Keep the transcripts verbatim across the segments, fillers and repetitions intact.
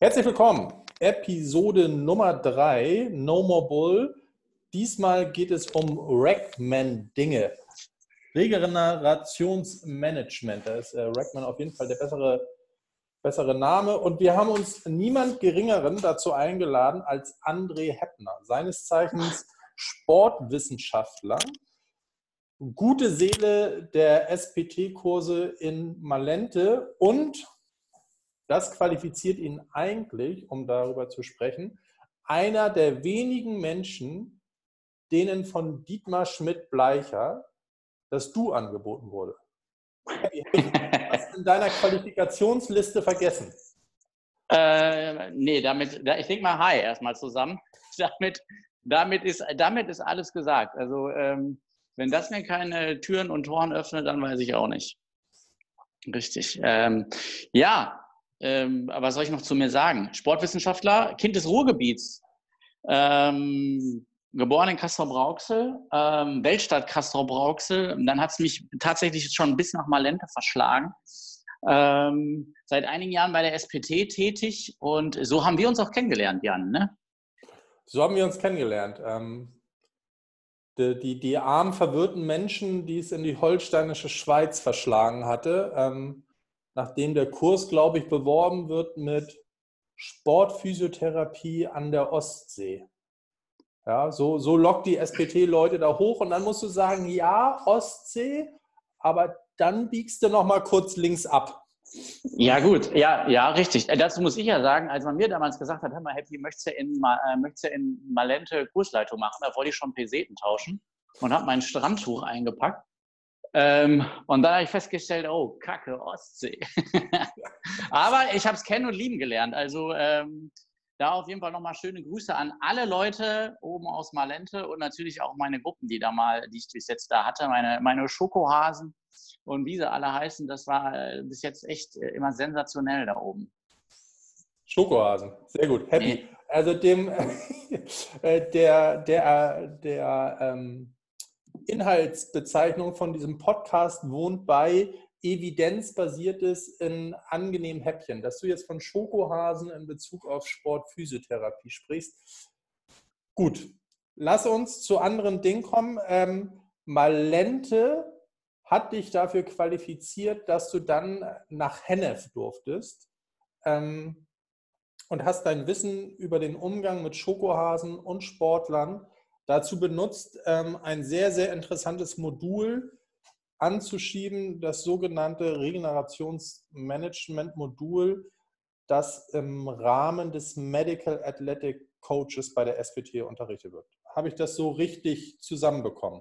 Herzlich willkommen, Episode Nummer drei, No More Bull. Diesmal geht es um Rackman-Dinge, Regenerationsmanagement. Da ist äh, Rackman auf jeden Fall der bessere, bessere Name. Und wir haben uns niemand Geringeren dazu eingeladen als André Heppner, seines Zeichens Sportwissenschaftler, gute Seele der S P T-Kurse in Malente, und das qualifiziert ihn eigentlich, um darüber zu sprechen, einer der wenigen Menschen, denen von Dietmar Schmidt-Bleicher das Du angeboten wurde. Habe ich was in deiner Qualifikationsliste vergessen? Äh, nee, damit, ich denke mal Hi erstmal zusammen. Damit, damit, ist, damit ist alles gesagt. Also ähm, wenn das mir keine Türen und Toren öffnet, dann weiß ich auch nicht. Richtig. Ähm, ja, ähm, aber was soll ich noch zu mir sagen? Sportwissenschaftler, Kind des Ruhrgebiets. Ähm, geboren in Castrop-Rauxel, ähm, Weltstadt Castrop-Rauxel. Dann hat es mich tatsächlich schon bis nach Malente verschlagen. Ähm, seit einigen Jahren bei der S P T tätig, und so haben wir uns auch kennengelernt, Jan, ne? So haben wir uns kennengelernt. Ähm, die, die, die armen, verwirrten Menschen, die es in die holsteinische Schweiz verschlagen hatte, ähm, nachdem der Kurs, glaube ich, beworben wird mit Sportphysiotherapie an der Ostsee. Ja, so, so lockt die S P T-Leute da hoch, und dann musst du sagen, ja, Ostsee, aber dann biegst du noch mal kurz links ab. Ja gut, ja, ja, richtig. Äh, dazu muss ich ja sagen, als man mir damals gesagt hat, hör mal, Happy, möchtest du in, äh, möchtest du in Malente Kursleitung machen, da wollte ich schon Peseten tauschen und habe mein Strandtuch eingepackt. Ähm, und dann habe ich festgestellt, oh, Kacke, Ostsee. Aber ich habe es kennen und lieben gelernt. Also ähm, da auf jeden Fall nochmal schöne Grüße an alle Leute oben aus Malente und natürlich auch meine Gruppen, die da mal, die ich bis jetzt da hatte, meine, meine Schokohasen und wie sie alle heißen. Das war äh, bis jetzt echt äh, immer sensationell da oben. Schokohasen, sehr gut, Happy. Nee. Also dem äh, der, der, der ähm, Inhaltsbezeichnung von diesem Podcast wohnt bei evidenzbasiertes in angenehmen Häppchen. Dass du jetzt von Schokohasen in Bezug auf Sportphysiotherapie sprichst. Gut, lass uns zu anderen Dingen kommen. Ähm, Malente hat dich dafür qualifiziert, dass du dann nach Hennef durftest ähm, und hast dein Wissen über den Umgang mit Schokohasen und Sportlern dazu benutzt, ähm, ein sehr, sehr interessantes Modul anzuschieben, das sogenannte Regenerationsmanagement-Modul, das im Rahmen des Medical Athletic Coaches bei der S P T unterrichtet wird. Habe ich das so richtig zusammenbekommen?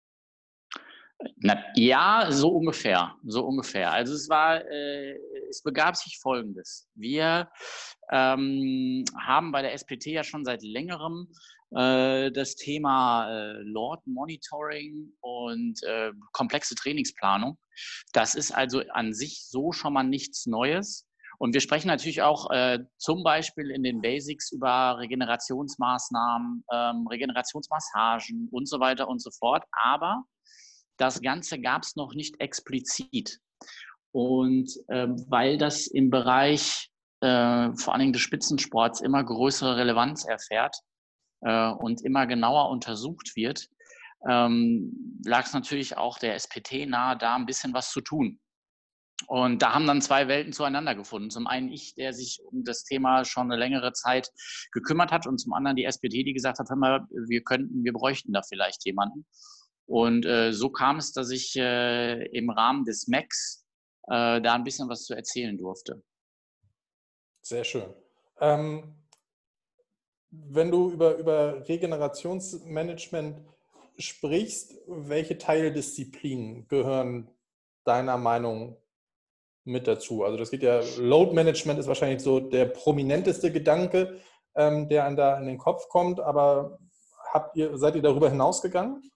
Na, ja, so ungefähr, so ungefähr. Also es war, äh, es begab sich Folgendes. Wir ähm, haben bei der S P T ja schon seit längerem äh, das Thema äh, Load Monitoring und äh, komplexe Trainingsplanung. Das ist also an sich so schon mal nichts Neues. Und wir sprechen natürlich auch äh, zum Beispiel in den Basics über Regenerationsmaßnahmen, ähm, Regenerationsmassagen und so weiter und so fort. Aber das Ganze gab es noch nicht explizit. Und ähm, weil das im Bereich äh, vor allen Dingen des Spitzensports immer größere Relevanz erfährt äh, und immer genauer untersucht wird, ähm, lag es natürlich auch der S P T nahe, da ein bisschen was zu tun. Und da haben dann zwei Welten zueinander gefunden. Zum einen ich, der sich um das Thema schon eine längere Zeit gekümmert hat, und zum anderen die S P T, die gesagt hat, hör mal, wir könnten, wir bräuchten da vielleicht jemanden. Und äh, so kam es, dass ich äh, im Rahmen des M A X äh, da ein bisschen was zu erzählen durfte. Sehr schön. Ähm, wenn du über, über Regenerationsmanagement sprichst, welche Teildisziplinen gehören deiner Meinung mit dazu? Also das geht ja, Load Management ist wahrscheinlich so der prominenteste Gedanke, ähm, der einem da in den Kopf kommt, aber habt ihr, seid ihr darüber hinausgegangen?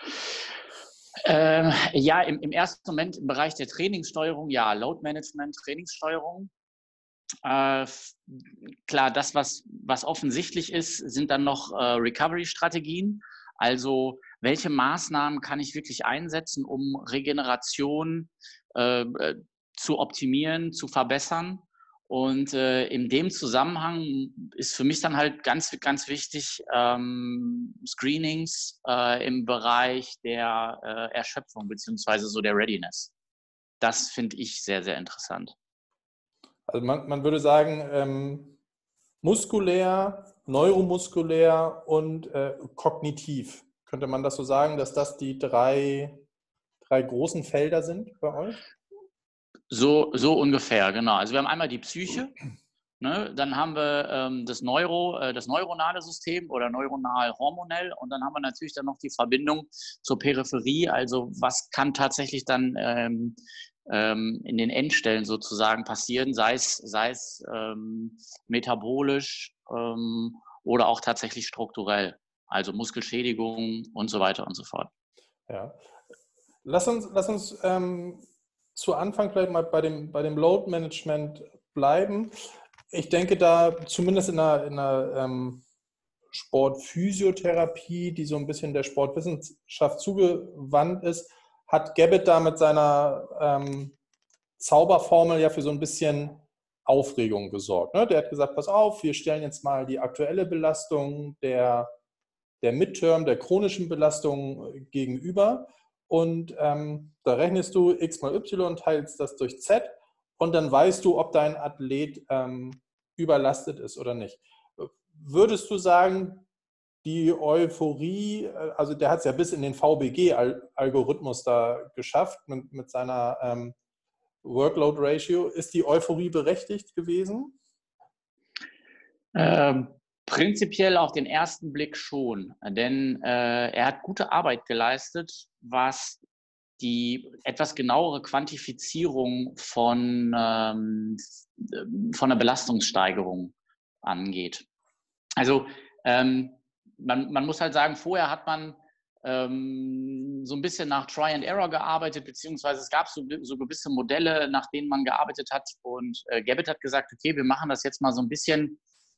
Ähm, ja, im, im ersten Moment im Bereich der Trainingssteuerung, ja, Load Management, Trainingssteuerung. Äh, klar, das, was, was offensichtlich ist, sind dann noch äh, Recovery-Strategien. Also welche Maßnahmen kann ich wirklich einsetzen, um Regeneration äh, zu optimieren, zu verbessern? Und äh, in dem Zusammenhang ist für mich dann halt ganz, ganz wichtig ähm, Screenings äh, im Bereich der äh, Erschöpfung beziehungsweise so der Readiness. Das finde ich sehr, sehr interessant. Also man, man würde sagen, ähm, muskulär, neuromuskulär und äh, kognitiv. Könnte man das so sagen, dass das die drei, drei großen Felder sind bei euch? So, so ungefähr, genau. Also wir haben einmal die Psyche, ne? Dann haben wir ähm, das, Neuro, äh, das neuronale System oder neuronal-hormonell und dann haben wir natürlich dann noch die Verbindung zur Peripherie. Also was kann tatsächlich dann ähm, ähm, in den Endstellen sozusagen passieren, sei es, sei es ähm, metabolisch ähm, oder auch tatsächlich strukturell. Also Muskelschädigung und so weiter und so fort. Ja. Lass uns, lass uns ähm, zu Anfang vielleicht mal bei dem, bei dem Load Management bleiben. Ich denke da zumindest in einer, in einer ähm, Sportphysiotherapie, die so ein bisschen der Sportwissenschaft zugewandt ist, hat Gabbett da mit seiner ähm, Zauberformel ja für so ein bisschen Aufregung gesorgt. Ne? Der hat gesagt, pass auf, wir stellen jetzt mal die aktuelle Belastung der, der Midterm, der chronischen Belastung gegenüber und ähm, da rechnest du x mal y, teilst das durch z und dann weißt du, ob dein Athlet ähm, überlastet ist oder nicht. Würdest du sagen, die Euphorie, also der hat es ja bis in den V B G-Algorithmus da geschafft mit, mit seiner ähm, Workload Ratio, ist die Euphorie berechtigt gewesen? Ähm, prinzipiell auf den ersten Blick schon, denn äh, er hat gute Arbeit geleistet, was die etwas genauere Quantifizierung von, ähm, von der Belastungssteigerung angeht. Also ähm, man, man muss halt sagen, vorher hat man ähm, so ein bisschen nach Try and Error gearbeitet, beziehungsweise es gab so, so gewisse Modelle, nach denen man gearbeitet hat und äh, Gabbett hat gesagt, okay, wir machen das jetzt mal so ein bisschen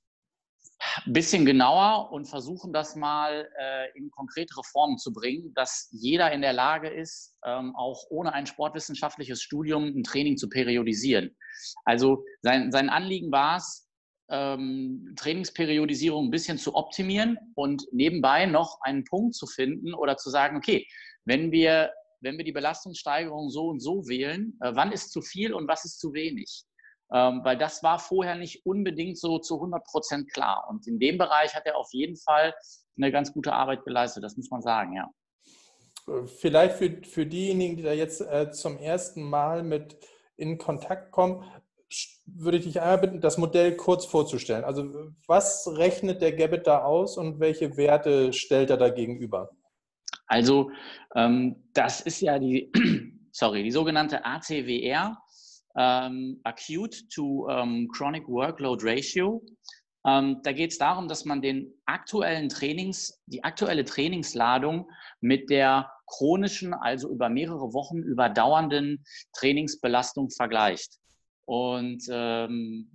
bisschen genauer und versuchen das mal äh, in konkretere Formen zu bringen, dass jeder in der Lage ist, ähm, auch ohne ein sportwissenschaftliches Studium ein Training zu periodisieren. Also sein, sein Anliegen war es, ähm, Trainingsperiodisierung ein bisschen zu optimieren und nebenbei noch einen Punkt zu finden oder zu sagen, okay, wenn wir, wenn wir die Belastungssteigerung so und so wählen, äh, wann ist zu viel und was ist zu wenig? Ähm, weil das war vorher nicht unbedingt so zu hundert Prozent klar. Und in dem Bereich hat er auf jeden Fall eine ganz gute Arbeit geleistet, das muss man sagen, ja. Vielleicht für, für diejenigen, die da jetzt äh, zum ersten Mal mit in Kontakt kommen, würde ich dich einmal bitten, das Modell kurz vorzustellen. Also was rechnet der Gabbett da aus und welche Werte stellt er da gegenüber? Also ähm, das ist ja die, sorry, die sogenannte A C W R, ähm, Acute to ähm, Chronic Workload Ratio. Ähm, da geht es darum, dass man den aktuellen Trainings, die aktuelle Trainingsladung mit der chronischen, also über mehrere Wochen überdauernden Trainingsbelastung vergleicht. Und ähm,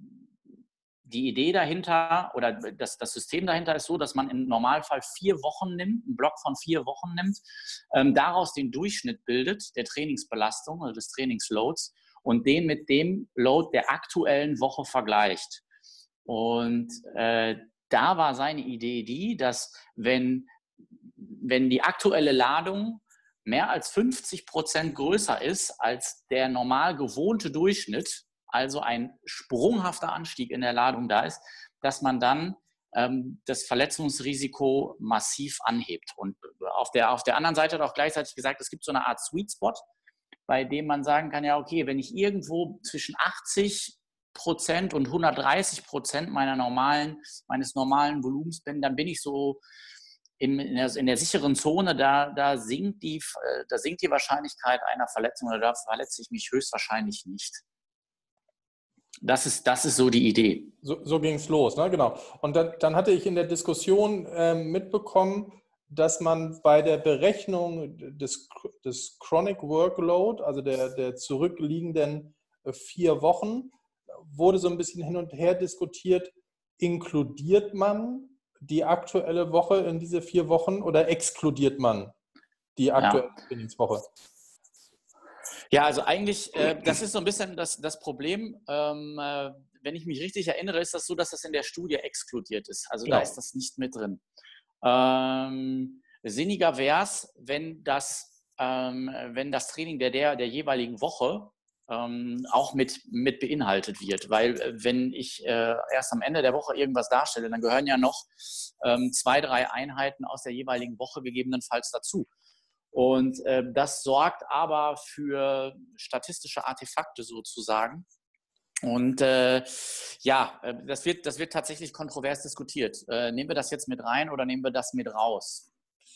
die Idee dahinter oder das, das System dahinter ist so, dass man im Normalfall vier Wochen nimmt, einen Block von vier Wochen nimmt, ähm, daraus den Durchschnitt bildet der Trainingsbelastung oder des Trainingsloads und den mit dem Load der aktuellen Woche vergleicht. Und äh, da war seine Idee die, dass wenn, wenn die aktuelle Ladung mehr als fünfzig Prozent größer ist als der normal gewohnte Durchschnitt, also ein sprunghafter Anstieg in der Ladung da ist, dass man dann ähm, das Verletzungsrisiko massiv anhebt. Und auf der, auf der anderen Seite hat auch gleichzeitig gesagt, es gibt so eine Art Sweet Spot, bei dem man sagen kann, ja okay, wenn ich irgendwo zwischen achtzig Prozent und hundertdreißig Prozent meiner normalen, meines normalen Volumens bin, dann bin ich so in, in, der, in der sicheren Zone, da, da, sinkt die, da sinkt die Wahrscheinlichkeit einer Verletzung oder da verletze ich mich höchstwahrscheinlich nicht. Das ist, das ist so die Idee. So, so ging es los, ne? Genau. Und dann, dann hatte ich in der Diskussion äh, mitbekommen, dass man bei der Berechnung des, des Chronic Workload, also der, der zurückliegenden vier Wochen, wurde so ein bisschen hin und her diskutiert, inkludiert man die aktuelle Woche in diese vier Wochen oder exkludiert man die aktuelle Ja. Trainingswoche? Ja, also eigentlich, äh, das ist so ein bisschen das, das Problem, ähm, äh, wenn ich mich richtig erinnere, ist das so, dass das in der Studie exkludiert ist. Also Genau. da ist das nicht mit drin. Ähm, sinniger wäre es, wenn das, ähm, wenn das Training der, der, der jeweiligen Woche ähm, auch mit, mit beinhaltet wird. Weil äh, wenn ich äh, erst am Ende der Woche irgendwas darstelle, dann gehören ja noch ähm, zwei, drei Einheiten aus der jeweiligen Woche gegebenenfalls dazu. Und äh, das sorgt aber für statistische Artefakte sozusagen. Und äh, ja, das wird, das wird tatsächlich kontrovers diskutiert. Äh, nehmen wir das jetzt mit rein oder nehmen wir das mit raus?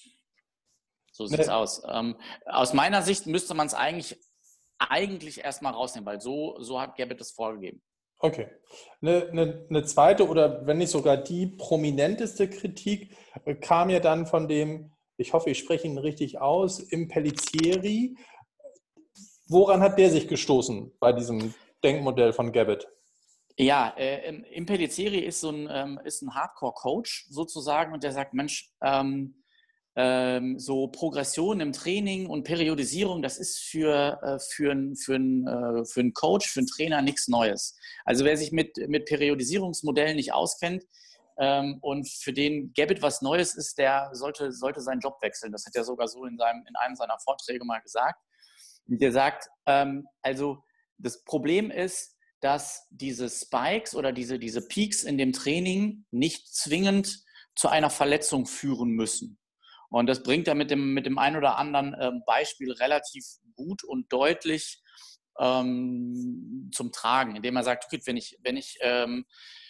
So sieht es nee. aus. Ähm, aus meiner Sicht müsste man es eigentlich, eigentlich erstmal rausnehmen, weil so, so hat Gabbett es vorgegeben. Okay. Eine, eine, eine zweite oder wenn nicht sogar die prominenteste Kritik kam ja dann von dem, ich hoffe, ich spreche ihn richtig aus, Impellizieri. Woran hat der sich gestoßen bei diesem Denkmodell von Gabbett? Ja, äh, Impellizieri ist so ein, ähm, ist ein Hardcore-Coach sozusagen und der sagt, Mensch, ähm, ähm, so Progression im Training und Periodisierung, das ist für, äh, für, ein, für, ein, äh, für einen Coach, für einen Trainer nichts Neues. Also wer sich mit, mit Periodisierungsmodellen nicht auskennt ähm, und für den Gabbett was Neues ist, der sollte, sollte seinen Job wechseln. Das hat er sogar so in, seinem, in einem seiner Vorträge mal gesagt. Und der sagt, ähm, also das Problem ist, dass diese Spikes oder diese, diese Peaks in dem Training nicht zwingend zu einer Verletzung führen müssen. Und das bringt er mit dem, mit dem einen oder anderen ähm, Beispiel relativ gut und deutlich ähm, zum Tragen, indem er sagt, okay, wenn ich, wenn ich ähm,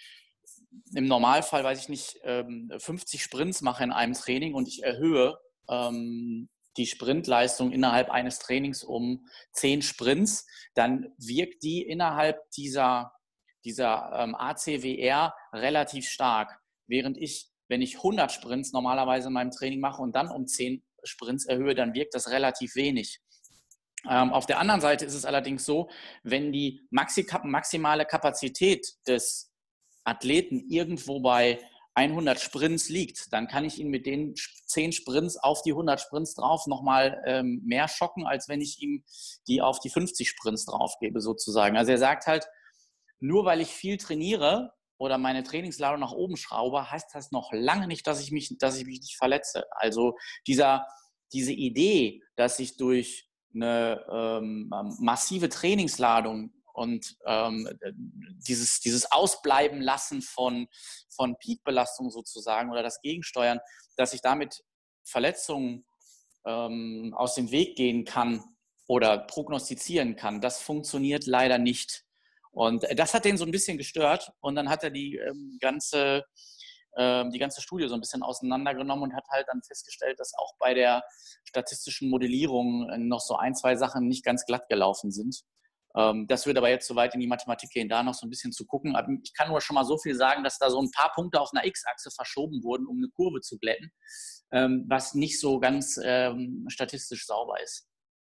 im Normalfall, weiß ich nicht, ähm, fünfzig Sprints mache in einem Training und ich erhöhe ähm, die Sprintleistung innerhalb eines Trainings um zehn Sprints, dann wirkt die innerhalb dieser, dieser ähm, A C W R relativ stark. Während ich, wenn ich hundert Sprints normalerweise in meinem Training mache und dann um zehn Sprints erhöhe, dann wirkt das relativ wenig. Ähm, auf der anderen Seite ist es allerdings so, wenn die maxi- maximale Kapazität des Athleten irgendwo bei hundert Sprints liegt, dann kann ich ihn mit den zehn Sprints auf die hundert Sprints drauf nochmal ähm, mehr schocken, als wenn ich ihm die auf die fünfzig Sprints drauf gebe sozusagen. Also er sagt halt, nur weil ich viel trainiere oder meine Trainingsladung nach oben schraube, heißt das noch lange nicht, dass ich mich, dass ich mich nicht verletze. Also dieser, diese Idee, dass ich durch eine ähm, massive Trainingsladung und ähm, dieses, dieses Ausbleiben lassen von, von Peakbelastung sozusagen oder das Gegensteuern, dass ich damit Verletzungen ähm, aus dem Weg gehen kann oder prognostizieren kann, das funktioniert leider nicht. Und das hat den so ein bisschen gestört und dann hat er die ähm, ganze die ganze Studie so ein bisschen auseinandergenommen und hat halt dann festgestellt, dass auch bei der statistischen Modellierung noch so ein, zwei Sachen nicht ganz glatt gelaufen sind. Das würde aber jetzt so weit in die Mathematik gehen, da noch so ein bisschen zu gucken. Aber ich kann nur schon mal so viel sagen, dass da so ein paar Punkte auf einer X-Achse verschoben wurden, um eine Kurve zu glätten, was nicht so ganz ähm, statistisch sauber ist.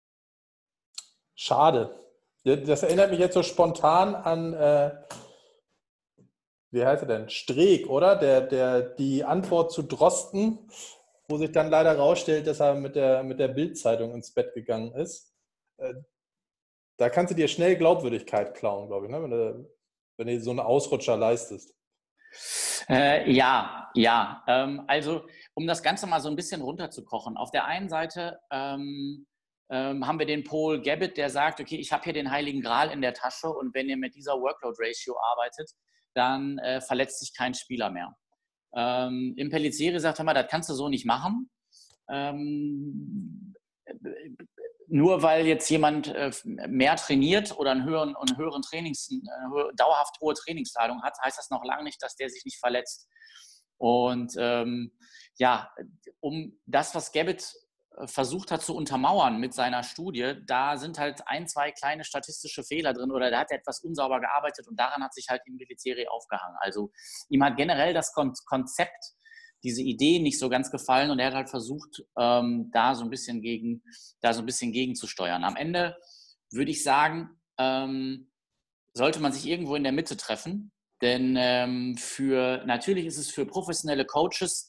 Schade. Das erinnert mich jetzt so spontan an, äh, wie heißt er denn? Streeck, oder? Der, der, die Antwort zu Drosten, wo sich dann leider rausstellt, dass er mit der, mit der Bild-Zeitung ins Bett gegangen ist. Äh, Da kannst du dir schnell Glaubwürdigkeit klauen, glaube ich, ne? wenn, du, wenn du so einen Ausrutscher leistest. Äh, ja, ja. Ähm, also, um das Ganze mal so ein bisschen runterzukochen. Auf der einen Seite ähm, ähm, haben wir den Paul Gabbett, der sagt, okay, ich habe hier den Heiligen Gral in der Tasche und wenn ihr mit dieser Workload-Ratio arbeitet, dann äh, verletzt sich kein Spieler mehr. Ähm, Impellizieri sagt, hör mal, das kannst du so nicht machen. Ähm, Nur weil jetzt jemand äh, mehr trainiert oder einen höheren, einen höheren Trainings, eine dauerhaft hohe Trainingsladung hat, heißt das noch lange nicht, dass der sich nicht verletzt. Und ähm, ja, um das, was Gabbett versucht hat zu untermauern mit seiner Studie, da sind halt ein, zwei kleine statistische Fehler drin oder da hat er etwas unsauber gearbeitet und daran hat sich halt Impellizieri aufgehangen. Also ihm hat generell das Konzept, diese Idee nicht so ganz gefallen und er hat halt versucht, ähm, da so ein bisschen gegen, da so ein bisschen gegenzusteuern. Am Ende würde ich sagen, ähm, sollte man sich irgendwo in der Mitte treffen, denn ähm, für natürlich ist es für professionelle Coaches,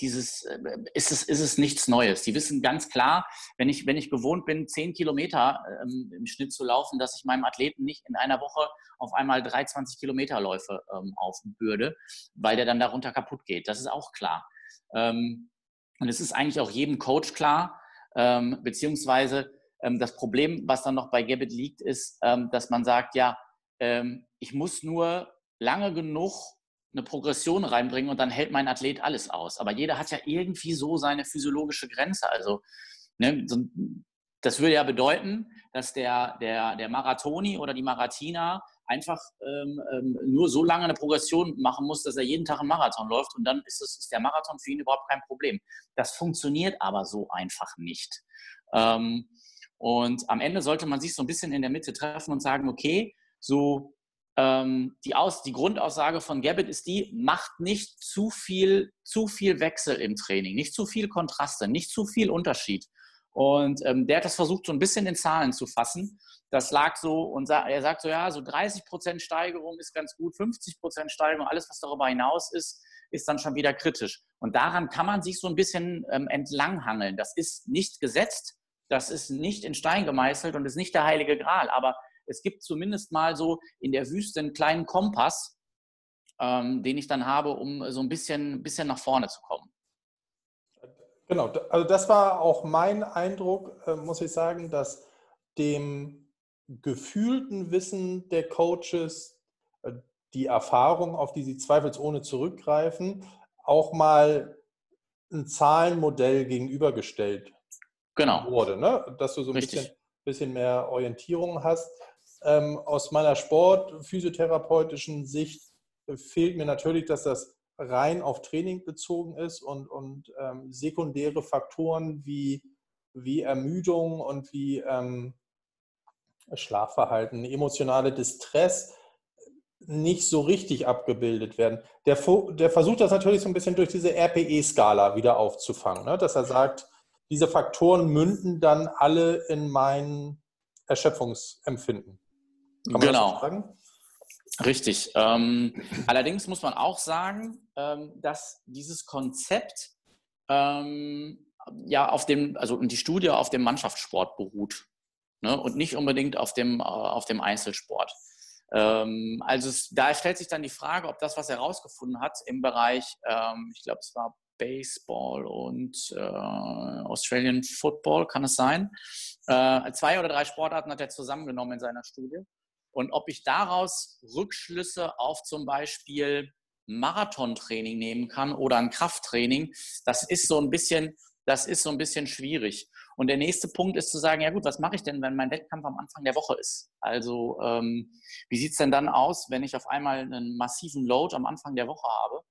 dieses, ist es, ist es nichts Neues. Die wissen ganz klar, wenn ich, wenn ich gewohnt bin, zehn Kilometer ähm, im Schnitt zu laufen, dass ich meinem Athleten nicht in einer Woche auf einmal dreihundertzwanzig Kilometerläufe ähm, aufbürde, weil der dann darunter kaputt geht. Das ist auch klar. Ähm, und es ist eigentlich auch jedem Coach klar, ähm, beziehungsweise ähm, das Problem, was dann noch bei Gabbit liegt, ist, ähm, dass man sagt, ja, ähm, ich muss nur lange genug eine Progression reinbringen und dann hält mein Athlet alles aus. Aber jeder hat ja irgendwie so seine physiologische Grenze. Also, ne, so, das würde ja bedeuten, dass der, der, der Marathoni oder die Marathiner einfach ähm, ähm, nur so lange eine Progression machen muss, dass er jeden Tag einen Marathon läuft und dann ist, es, ist der Marathon für ihn überhaupt kein Problem. Das funktioniert aber so einfach nicht. Ähm, und am Ende sollte man sich so ein bisschen in der Mitte treffen und sagen, okay, so ähm, die, Aus, die Grundaussage von Gabbit ist die, macht nicht zu viel, zu viel Wechsel im Training, nicht zu viel Kontraste, nicht zu viel Unterschied. Und ähm, der hat das versucht, so ein bisschen in Zahlen zu fassen. Das lag so, und sa- er sagt so, ja, so dreißig Prozent Steigerung ist ganz gut, fünfzig Prozent Steigerung, alles, was darüber hinaus ist, ist dann schon wieder kritisch. Und daran kann man sich so ein bisschen ähm, entlanghangeln. Das ist nicht gesetzt, das ist nicht in Stein gemeißelt und ist nicht der heilige Gral, aber es gibt zumindest mal so in der Wüste einen kleinen Kompass, ähm, den ich dann habe, um so ein bisschen, bisschen nach vorne zu kommen. Genau, also das war auch mein Eindruck, äh, muss ich sagen, dass dem gefühlten Wissen der Coaches äh, die Erfahrung, auf die sie zweifelsohne zurückgreifen, auch mal ein Zahlenmodell gegenübergestellt Genau. wurde, ne? Dass du so ein Richtig. bisschen, bisschen mehr Orientierung hast. Ähm, aus meiner Sport-physiotherapeutischen Sicht äh, fehlt mir natürlich, dass das rein auf Training bezogen ist und, und ähm, sekundäre Faktoren wie, wie Ermüdung und wie ähm, Schlafverhalten, emotionale Distress nicht so richtig abgebildet werden. Der, der versucht das natürlich so ein bisschen durch diese R P E-Skala wieder aufzufangen, ne? Dass er sagt, diese Faktoren münden dann alle in mein Erschöpfungsempfinden. Kann man Genau. das so sagen? Richtig. Ähm, allerdings muss man auch sagen, ähm, dass dieses Konzept ähm, ja auf dem, also die Studie auf dem Mannschaftssport beruht, ne? Und nicht unbedingt auf dem, äh, auf dem Einzelsport. Ähm, also es, da stellt sich dann die Frage, ob das, was er herausgefunden hat im Bereich, ähm, ich glaube, es war Baseball und äh, Australian Football, kann es sein? Äh, zwei oder drei Sportarten hat er zusammengenommen in seiner Studie. Und ob ich daraus Rückschlüsse auf zum Beispiel Marathontraining nehmen kann oder ein Krafttraining, das ist so ein bisschen, das ist so ein bisschen schwierig. Und der nächste Punkt ist zu sagen, ja gut, was mache ich denn, wenn mein Wettkampf am Anfang der Woche ist? Also ähm, wie sieht es denn dann aus, wenn ich auf einmal einen massiven Load am Anfang der Woche habe?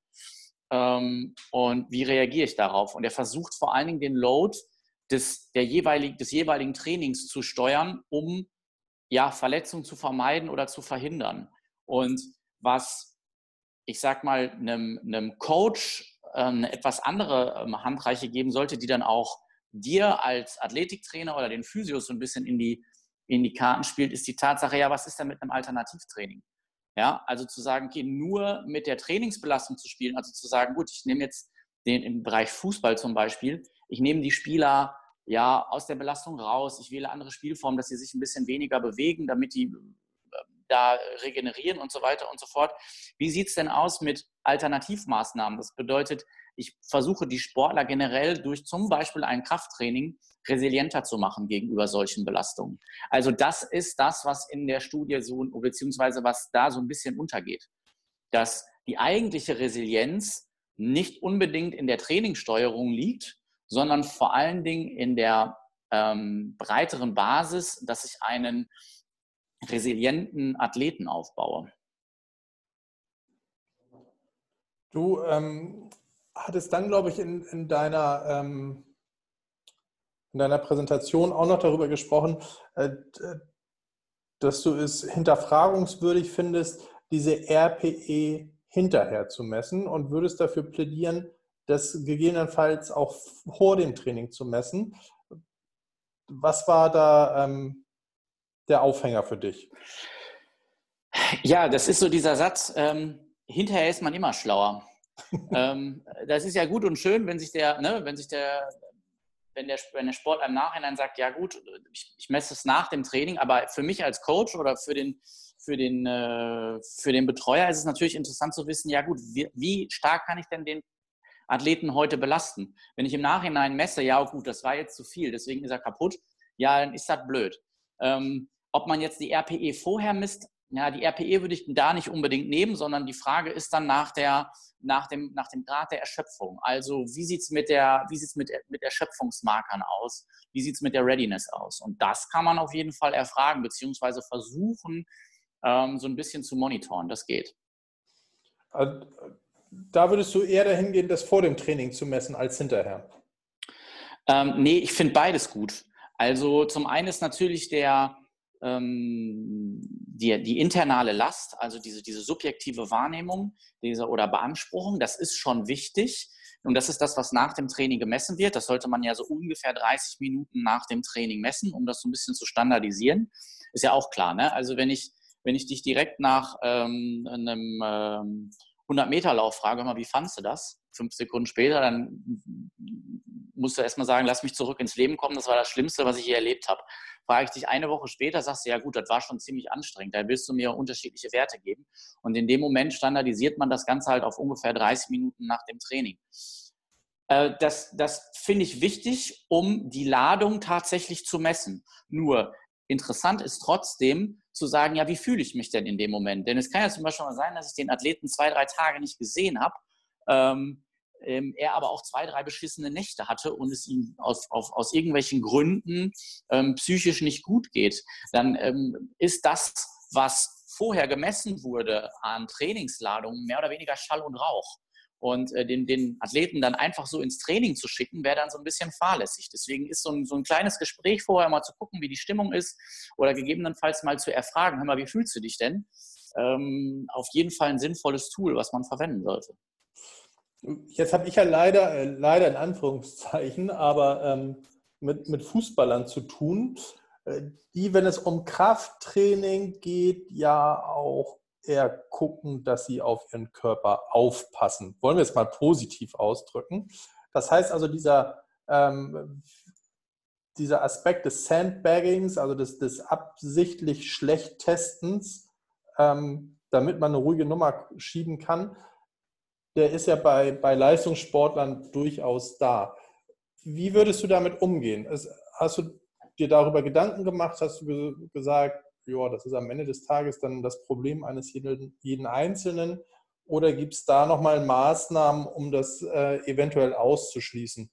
Ähm, und wie reagiere ich darauf? Und er versucht vor allen Dingen den Load des, der jeweiligen, des jeweiligen Trainings zu steuern, um ja, Verletzungen zu vermeiden oder zu verhindern. Und was, ich sag mal, einem, einem Coach äh, eine etwas andere ähm, Handreiche geben sollte, die dann auch dir als Athletiktrainer oder den Physios so ein bisschen in die, in die Karten spielt, ist die Tatsache, ja, was ist denn mit einem Alternativtraining? Ja, also zu sagen, okay, nur mit der Trainingsbelastung zu spielen, also zu sagen, gut, ich nehme jetzt den im Bereich Fußball zum Beispiel, ich nehme die Spieler ja aus der Belastung raus, ich wähle andere Spielformen, dass sie sich ein bisschen weniger bewegen, damit die da regenerieren und so weiter und so fort. Wie sieht es denn aus mit Alternativmaßnahmen? Das bedeutet, ich versuche die Sportler generell durch zum Beispiel ein Krafttraining resilienter zu machen gegenüber solchen Belastungen. Also das ist das, was in der Studie so, beziehungsweise was da so ein bisschen untergeht. Dass die eigentliche Resilienz nicht unbedingt in der Trainingssteuerung liegt, sondern vor allen Dingen in der ähm, breiteren Basis, dass ich einen resilienten Athleten aufbaue. Du ähm, hattest dann, glaube ich, in, in, deiner, ähm, in deiner Präsentation auch noch darüber gesprochen, äh, dass du es hinterfragungswürdig findest, diese R P E hinterher zu messen und würdest dafür plädieren, das gegebenenfalls auch vor dem Training zu messen. Was war da ähm, der Aufhänger für dich? Ja, das ist so dieser Satz, ähm, hinterher ist man immer schlauer. ähm, das ist ja gut und schön, wenn sich der, ne, wenn sich der, wenn der, wenn der Sportler im Nachhinein sagt, ja gut, ich, ich messe es nach dem Training, aber für mich als Coach oder für den, für den, äh, für den Betreuer ist es natürlich interessant zu wissen, ja gut, wie, wie stark kann ich denn den Athleten heute belasten? Wenn ich im Nachhinein messe, ja gut, das war jetzt zu viel, deswegen ist er kaputt, ja, dann ist das blöd. Ähm, ob man jetzt die R P E vorher misst, ja, die R P E würde ich da nicht unbedingt nehmen, sondern die Frage ist dann nach, der, nach, dem, nach dem Grad der Erschöpfung. Also wie sieht es mit, der, wie sieht's mit, mit Erschöpfungsmarkern aus? Wie sieht es mit der Readiness aus? Und das kann man auf jeden Fall erfragen, beziehungsweise versuchen, ähm, so ein bisschen zu monitoren. Das geht. Da würdest du eher dahin gehen, das vor dem Training zu messen als hinterher? Ähm, nee, ich finde beides gut. Also zum einen ist natürlich der, ähm, die, die internale Last, also diese, diese subjektive Wahrnehmung diese, oder Beanspruchung, das ist schon wichtig. Und das ist das, was nach dem Training gemessen wird. Das sollte man ja so ungefähr dreißig Minuten nach dem Training messen, um das so ein bisschen zu standardisieren. Ist ja auch klar, ne? Also wenn ich, wenn ich dich direkt nach ähm, einem ähm, hundert-Meter-Lauf frage, hör mal, wie fandst du das? Fünf Sekunden später, dann musst du erstmal sagen, lass mich zurück ins Leben kommen, das war das Schlimmste, was ich je erlebt habe. Frage ich dich eine Woche später, sagst du, ja gut, das war schon ziemlich anstrengend, da willst du mir unterschiedliche Werte geben. Und in dem Moment standardisiert man das Ganze halt auf ungefähr dreißig Minuten nach dem Training. Das, das finde ich wichtig, um die Ladung tatsächlich zu messen. Nur interessant ist trotzdem zu sagen, ja, wie fühle ich mich denn in dem Moment? Denn es kann ja zum Beispiel mal sein, dass ich den Athleten zwei, drei Tage nicht gesehen habe, ähm, ähm, er aber auch zwei, drei beschissene Nächte hatte und es ihm aus, auf, aus irgendwelchen Gründen ähm, psychisch nicht gut geht. Dann ähm, ist das, was vorher gemessen wurde an Trainingsladungen, mehr oder weniger Schall und Rauch. Und äh, den, den Athleten dann einfach so ins Training zu schicken, wäre dann so ein bisschen fahrlässig. Deswegen ist so ein, so ein kleines Gespräch vorher mal zu gucken, wie die Stimmung ist oder gegebenenfalls mal zu erfragen, hör mal, wie fühlst du dich denn? Ähm, auf jeden Fall ein sinnvolles Tool, was man verwenden sollte. Jetzt habe ich ja leider, äh, leider in Anführungszeichen, aber ähm, mit, mit Fußballern zu tun, äh, die, wenn es um Krafttraining geht, ja auch eher gucken, dass sie auf ihren Körper aufpassen. Wollen wir es mal positiv ausdrücken. Das heißt also, dieser, ähm, dieser Aspekt des Sandbaggings, also des, des absichtlich Schlechttestens, ähm, damit man eine ruhige Nummer schieben kann, der ist ja bei, bei Leistungssportlern durchaus da. Wie würdest du damit umgehen? Hast du dir darüber Gedanken gemacht? Hast du gesagt, ja, das ist am Ende des Tages dann das Problem eines jeden, jeden Einzelnen? Oder gibt es da nochmal Maßnahmen, um das äh, eventuell auszuschließen?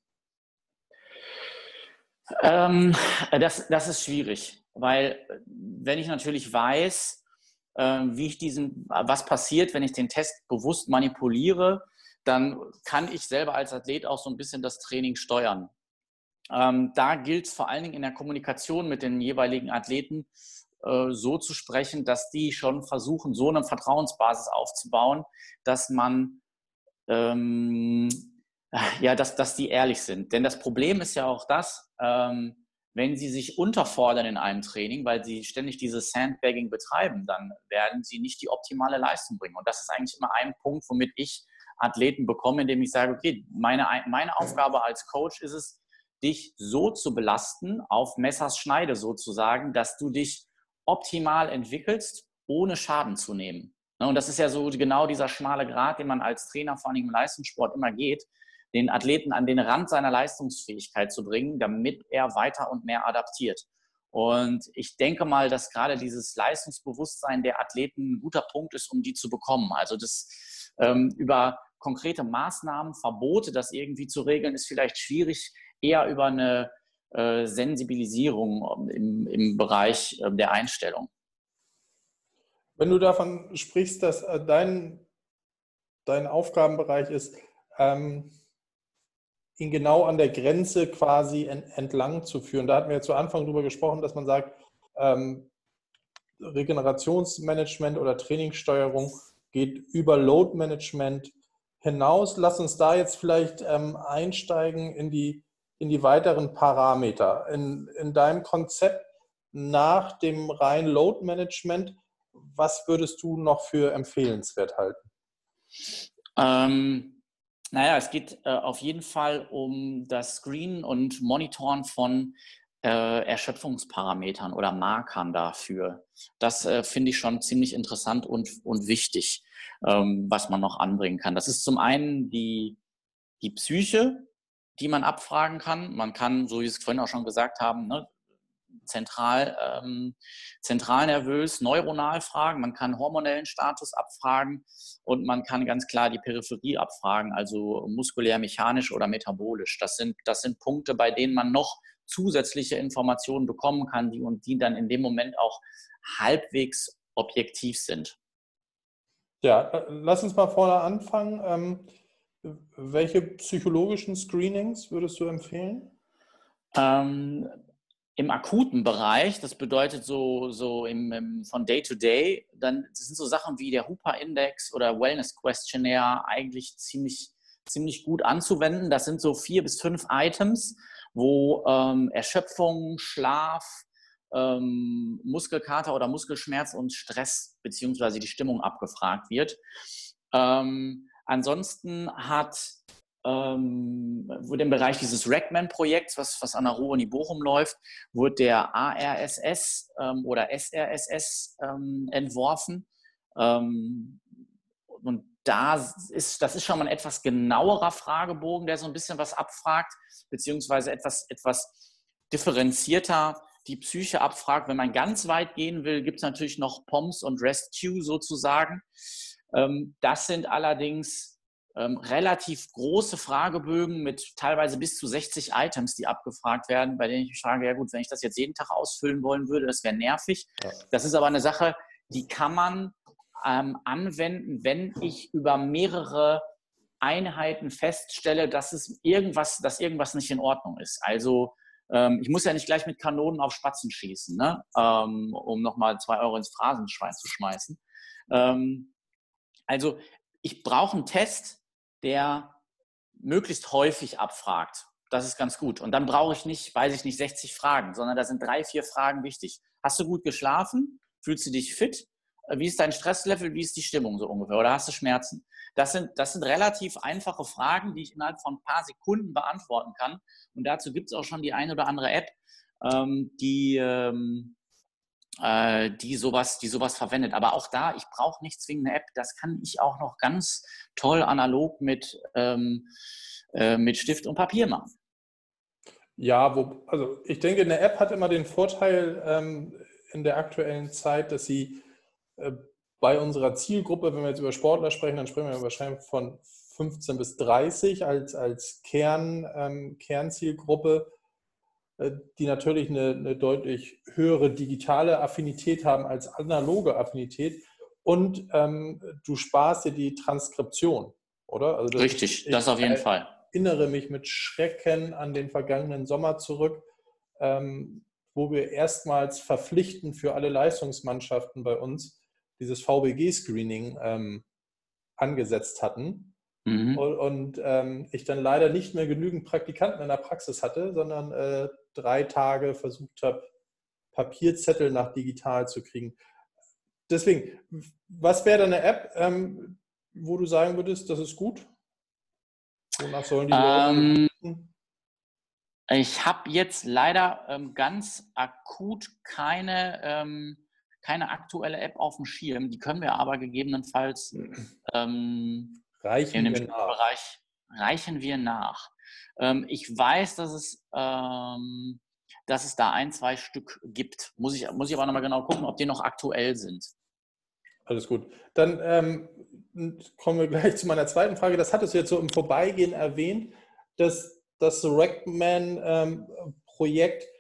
Ähm, das, das ist schwierig, weil wenn ich natürlich weiß, äh, wie ich diesen, was passiert, wenn ich den Test bewusst manipuliere, dann kann ich selber als Athlet auch so ein bisschen das Training steuern. Ähm, da gilt es vor allen Dingen in der Kommunikation mit den jeweiligen Athleten äh, so zu sprechen, dass die schon versuchen, so eine Vertrauensbasis aufzubauen, dass man ähm, ja, dass, dass die ehrlich sind. Denn das Problem ist ja auch das, ähm, wenn sie sich unterfordern in einem Training, weil sie ständig dieses Sandbagging betreiben, dann werden sie nicht die optimale Leistung bringen. Und das ist eigentlich immer ein Punkt, womit ich Athleten bekomme, indem ich sage, okay, meine, meine Aufgabe als Coach ist es, dich so zu belasten, auf Messers Schneide sozusagen, dass du dich optimal entwickelst, ohne Schaden zu nehmen. Und das ist ja so genau dieser schmale Grat, den man als Trainer vor allem im Leistungssport immer geht, den Athleten an den Rand seiner Leistungsfähigkeit zu bringen, damit er weiter und mehr adaptiert. Und ich denke mal, dass gerade dieses Leistungsbewusstsein der Athleten ein guter Punkt ist, um die zu bekommen. Also das ähm, über konkrete Maßnahmen, Verbote, das irgendwie zu regeln, ist vielleicht schwierig, eher über eine äh, Sensibilisierung im, im Bereich äh, der Einstellung. Wenn du davon sprichst, dass äh, dein, dein Aufgabenbereich ist, ähm, ihn genau an der Grenze quasi entlang zu führen. Da hatten wir ja zu Anfang darüber gesprochen, dass man sagt, ähm, Regenerationsmanagement oder Trainingssteuerung geht über Load-Management hinaus. Lass uns da jetzt vielleicht ähm, einsteigen in die, in die weiteren Parameter. In, in deinem Konzept nach dem reinen Load-Management, was würdest du noch für empfehlenswert halten? Ähm, Naja, es geht äh, auf jeden Fall um das Screenen und Monitoren von äh, Erschöpfungsparametern oder Markern dafür. Das äh, finde ich schon ziemlich interessant und, und wichtig, ähm, was man noch anbringen kann. Das ist zum einen die, die Psyche, die man abfragen kann. Man kann, so wie Sie es vorhin auch schon gesagt haben, ne, zentral, ähm, zentralnervös, neuronal fragen, man kann hormonellen Status abfragen und man kann ganz klar die Peripherie abfragen, also muskulär, mechanisch oder metabolisch. Das sind, das sind Punkte, bei denen man noch zusätzliche Informationen bekommen kann, die und die dann in dem Moment auch halbwegs objektiv sind. Ja, lass uns mal vorne anfangen. Ähm, welche psychologischen Screenings würdest du empfehlen? Ähm, Im akuten Bereich, das bedeutet so, so im, im, von Day to Day, dann sind so Sachen wie der Hooper-Index oder Wellness Questionnaire eigentlich ziemlich, ziemlich gut anzuwenden. Das sind so vier bis fünf Items, wo ähm, Erschöpfung, Schlaf, ähm, Muskelkater oder Muskelschmerz und Stress beziehungsweise die Stimmung abgefragt wird. Ähm, ansonsten hat ähm, wurde im Bereich dieses Rackman-Projekts, was, was an der Ruhr-Uni Bochum läuft, wurde der A R S S ähm, oder S R S S ähm, entworfen. Ähm, und da ist, das ist schon mal ein etwas genauerer Fragebogen, der so ein bisschen was abfragt, beziehungsweise etwas, etwas differenzierter die Psyche abfragt. Wenn man ganz weit gehen will, gibt es natürlich noch P O M S und REST-Q sozusagen. Ähm, das sind allerdings Ähm, relativ große Fragebögen mit teilweise bis zu sechzig Items, die abgefragt werden, bei denen ich mich frage, ja gut, wenn ich das jetzt jeden Tag ausfüllen wollen würde, das wäre nervig. Ja. Das ist aber eine Sache, die kann man ähm, anwenden, wenn ich über mehrere Einheiten feststelle, dass es irgendwas, dass irgendwas nicht in Ordnung ist. Also ähm, ich muss ja nicht gleich mit Kanonen auf Spatzen schießen, ne? ähm, um nochmal zwei Euro ins Phrasenschwein zu schmeißen. Ähm, also ich brauche einen Test, der möglichst häufig abfragt. Das ist ganz gut. Und dann brauche ich nicht, weiß ich nicht, sechzig Fragen, sondern da sind drei, vier Fragen wichtig. Hast du gut geschlafen? Fühlst du dich fit? Wie ist dein Stresslevel? Wie ist die Stimmung so ungefähr? Oder hast du Schmerzen? Das sind, das sind relativ einfache Fragen, die ich innerhalb von ein paar Sekunden beantworten kann. Und dazu gibt es auch schon die eine oder andere App, ähm, die, ähm, äh, die sowas, die sowas verwendet. Aber auch da, ich brauche nicht zwingend eine App. Das kann ich auch noch ganz toll analog mit, ähm, äh, mit Stift und Papier machen. Ja, wo, also ich denke, eine App hat immer den Vorteil ähm, in der aktuellen Zeit, dass sie äh, bei unserer Zielgruppe, wenn wir jetzt über Sportler sprechen, dann sprechen wir wahrscheinlich von fünfzehn bis dreißig als, als Kern, ähm, Kernzielgruppe, äh, die natürlich eine, eine deutlich höhere digitale Affinität haben als analoge Affinität. Und ähm, du sparst dir die Transkription, oder? Also das Richtig, ist, das ich auf jeden Fall. erinnere mich mit Schrecken an den vergangenen Sommer zurück, ähm, wo wir erstmals verpflichtend für alle Leistungsmannschaften bei uns dieses V B G-Screening ähm, angesetzt hatten. Mhm. Und, und ähm, ich dann leider nicht mehr genügend Praktikanten in der Praxis hatte, sondern äh, drei Tage versucht habe, Papierzettel nach digital zu kriegen. Deswegen, was wäre eine App, ähm, wo du sagen würdest, das ist gut? Wonach sollen die Leute Ähm, suchen? ich habe jetzt leider ähm, ganz akut keine, ähm, keine aktuelle App auf dem Schirm. Die können wir aber gegebenenfalls ähm, in Reichen dem wir nach. Bereich reichen wir nach. Ähm, ich weiß, dass es, ähm, dass es da ein, zwei Stück gibt. Muss ich, muss ich aber nochmal genau gucken, ob die noch aktuell sind. Alles gut. Dann ähm, kommen wir gleich zu meiner zweiten Frage. Das hattest du jetzt so im Vorbeigehen erwähnt, dass das Rackman-Projekt, ähm,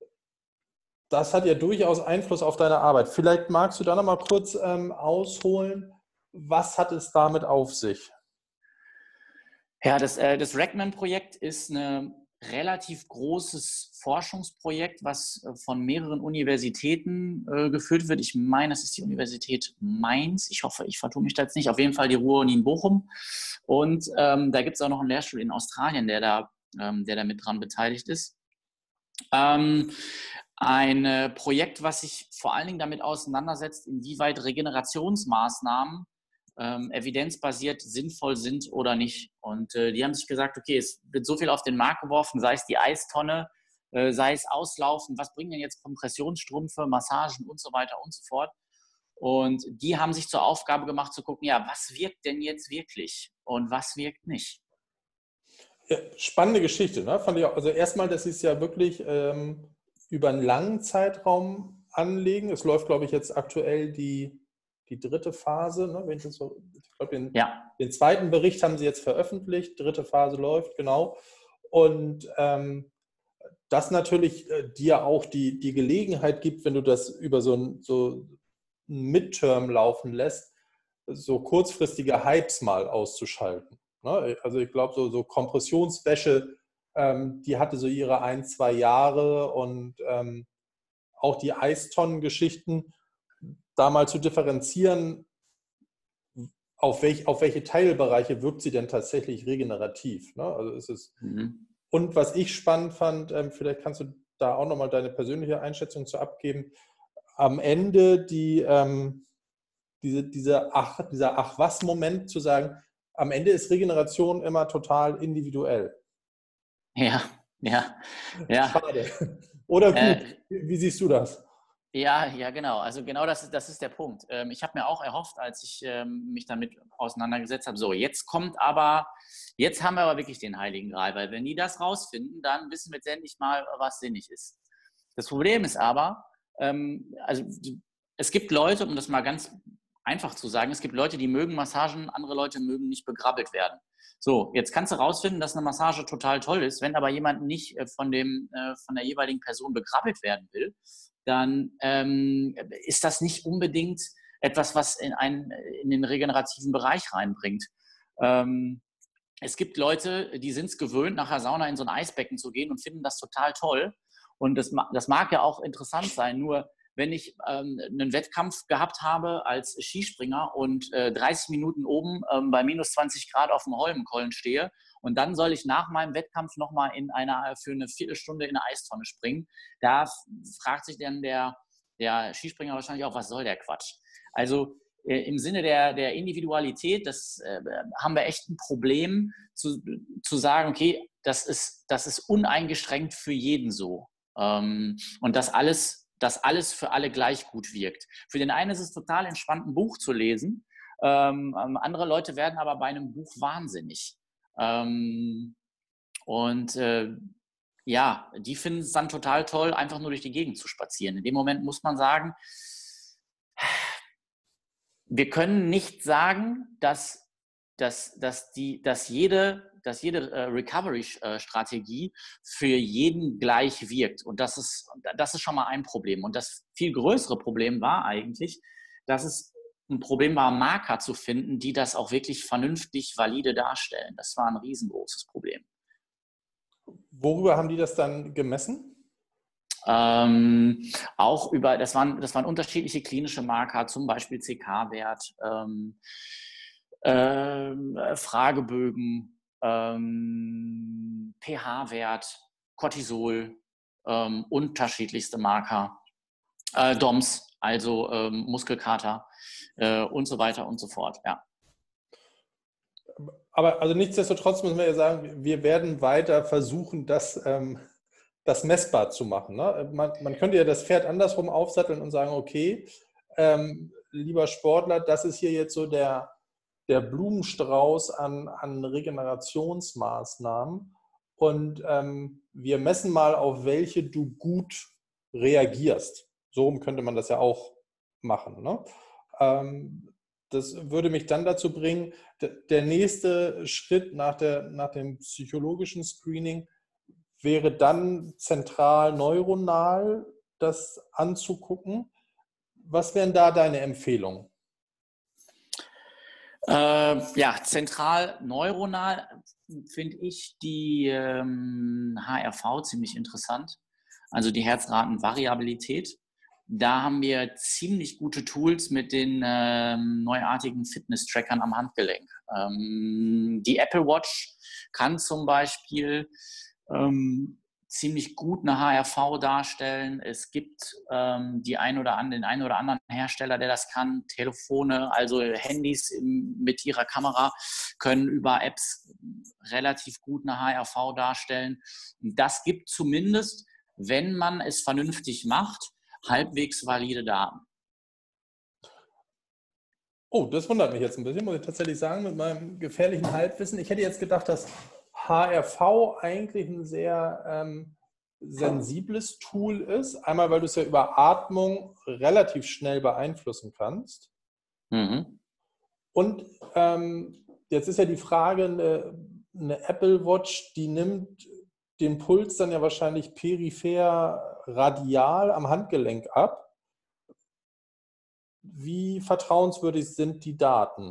das hat ja durchaus Einfluss auf deine Arbeit. Vielleicht magst du da noch mal kurz ähm, ausholen, was hat es damit auf sich? Ja, das, äh, das Rackman-Projekt ist ein relativ großes Forschungsprojekt, was äh, von mehreren Universitäten äh, geführt wird. Ich meine, das ist die Universität Mainz. Ich hoffe, ich vertue mich da jetzt nicht. Auf jeden Fall die Ruhr-Uni in Bochum. Und ähm, da gibt es auch noch einen Lehrstuhl in Australien, der da, ähm, der da mit dran beteiligt ist. Ähm, ein äh, Projekt, was sich vor allen Dingen damit auseinandersetzt, inwieweit Regenerationsmaßnahmen ähm, evidenzbasiert sinnvoll sind oder nicht. Und äh, die haben sich gesagt, okay, es wird so viel auf den Markt geworfen, sei es die Eistonne, äh, sei es Auslaufen, was bringen denn jetzt Kompressionsstrümpfe, Massagen und so weiter und so fort. Und die haben sich zur Aufgabe gemacht zu gucken, ja, was wirkt denn jetzt wirklich und was wirkt nicht. Ja, spannende Geschichte, ne? Fand ich auch. Also erstmal, das ist ja wirklich ähm, über einen langen Zeitraum anlegen. Es läuft, glaube ich, jetzt aktuell die, die dritte Phase. Ne? Wenn ich das so, ich glaube, den, ja. den zweiten Bericht haben sie jetzt veröffentlicht. Dritte Phase läuft, genau. Und ähm, das natürlich äh, dir auch die, die Gelegenheit gibt, wenn du das über so ein, so ein Midterm laufen lässt, so kurzfristige Hypes mal auszuschalten. Ne? Also ich glaube, so, so Kompressionswäsche, ähm, die hatte so ihre ein, zwei Jahre und ähm, auch die Eistonnengeschichten, da mal zu differenzieren, auf, welch, auf welche Teilbereiche wirkt sie denn tatsächlich regenerativ. Ne? Also ist es mhm. Und was ich spannend fand, ähm, vielleicht kannst du da auch nochmal deine persönliche Einschätzung zu abgeben, am Ende die, ähm, diese, diese Ach, dieser Ach-was-Moment zu sagen, am Ende ist Regeneration immer total individuell. Ja, ja, ja. Schade. Oder gut, äh, wie siehst du das? Ja, ja, genau. Also genau das, das ist der Punkt. Ähm, ich habe mir auch erhofft, als ich ähm, mich damit auseinandergesetzt habe, so, jetzt kommt aber, jetzt haben wir aber wirklich den Heiligen Gral, weil wenn die das rausfinden, dann wissen wir jetzt endlich mal, was sinnig ist. Das Problem ist aber, ähm, also es gibt Leute, um das mal ganz einfach zu sagen, es gibt Leute, die mögen Massagen, andere Leute mögen nicht begrabbelt werden. So, jetzt kannst du rausfinden, dass eine Massage total toll ist. Wenn aber jemand nicht äh, von, dem, äh, von der jeweiligen Person begrabbelt werden will, dann ähm, ist das nicht unbedingt etwas, was in, einen, in den regenerativen Bereich reinbringt. Ähm, es gibt Leute, die sind es gewöhnt, nach der Sauna in so ein Eisbecken zu gehen und finden das total toll. Und das, das mag ja auch interessant sein, nur wenn ich ähm, einen Wettkampf gehabt habe als Skispringer und äh, dreißig Minuten oben ähm, bei minus zwanzig Grad auf dem Holmenkollen stehe und dann soll ich nach meinem Wettkampf nochmal in einer, für eine Viertelstunde in eine Eistonne springen, da fragt sich dann der, der Skispringer wahrscheinlich auch, was soll der Quatsch? Also äh, im Sinne der, der Individualität, das äh, haben wir echt ein Problem zu, zu sagen, okay, das ist, das ist uneingeschränkt für jeden so. Ähm, und das alles dass alles für alle gleich gut wirkt. Für den einen ist es total entspannt, ein Buch zu lesen. Ähm, andere Leute werden aber bei einem Buch wahnsinnig. Ähm, und äh, ja, die finden es dann total toll, einfach nur durch die Gegend zu spazieren. In dem Moment muss man sagen, wir können nicht sagen, dass, dass, dass, die, dass jede dass jede äh, Recovery-Strategie für jeden gleich wirkt. Und das ist, das ist schon mal ein Problem. Und das viel größere Problem war eigentlich, dass es ein Problem war, Marker zu finden, die das auch wirklich vernünftig, valide darstellen. Das war ein riesengroßes Problem. Worüber haben die das dann gemessen? Ähm, auch über, das waren, das waren unterschiedliche klinische Marker, zum Beispiel C K-Wert, ähm, äh, Fragebögen, Ähm, pH-Wert, Cortisol, ähm, unterschiedlichste Marker, äh, D O M S, also ähm, Muskelkater äh, und so weiter und so fort, ja. Aber also nichtsdestotrotz müssen wir ja sagen, wir werden weiter versuchen, das, ähm, das messbar zu machen. Ne? Man, man könnte ja das Pferd andersrum aufsatteln und sagen, okay, ähm, lieber Sportler, das ist hier jetzt so der der Blumenstrauß an, an Regenerationsmaßnahmen und ähm, wir messen mal, auf welche du gut reagierst. So könnte man das ja auch machen. Ne? Ähm, das würde mich dann dazu bringen, der nächste Schritt nach, der, nach dem psychologischen Screening wäre dann zentral neuronal das anzugucken. Was wären da deine Empfehlungen? Äh, ja, zentral neuronal finde ich die ähm, H R V ziemlich interessant, also die Herzratenvariabilität. Da haben wir ziemlich gute Tools mit den ähm, neuartigen Fitness-Trackern am Handgelenk. Ähm, die Apple Watch kann zum Beispiel ähm, ziemlich gut eine H R V darstellen. Es gibt ähm, die ein oder an, den einen oder anderen Hersteller, der das kann. Telefone, also Handys im, mit ihrer Kamera, können über Apps relativ gut eine H R V darstellen. Und das gibt zumindest, wenn man es vernünftig macht, halbwegs valide Daten. Oh, das wundert mich jetzt ein bisschen, muss ich tatsächlich sagen, mit meinem gefährlichen Halbwissen. Ich hätte jetzt gedacht, dass H R V eigentlich ein sehr ähm, sensibles Tool ist. Einmal, weil du es ja über Atmung relativ schnell beeinflussen kannst. Mhm. Und ähm, jetzt ist ja die Frage, eine, eine Apple Watch, die nimmt den Puls dann ja wahrscheinlich peripher radial am Handgelenk ab. Wie vertrauenswürdig sind die Daten?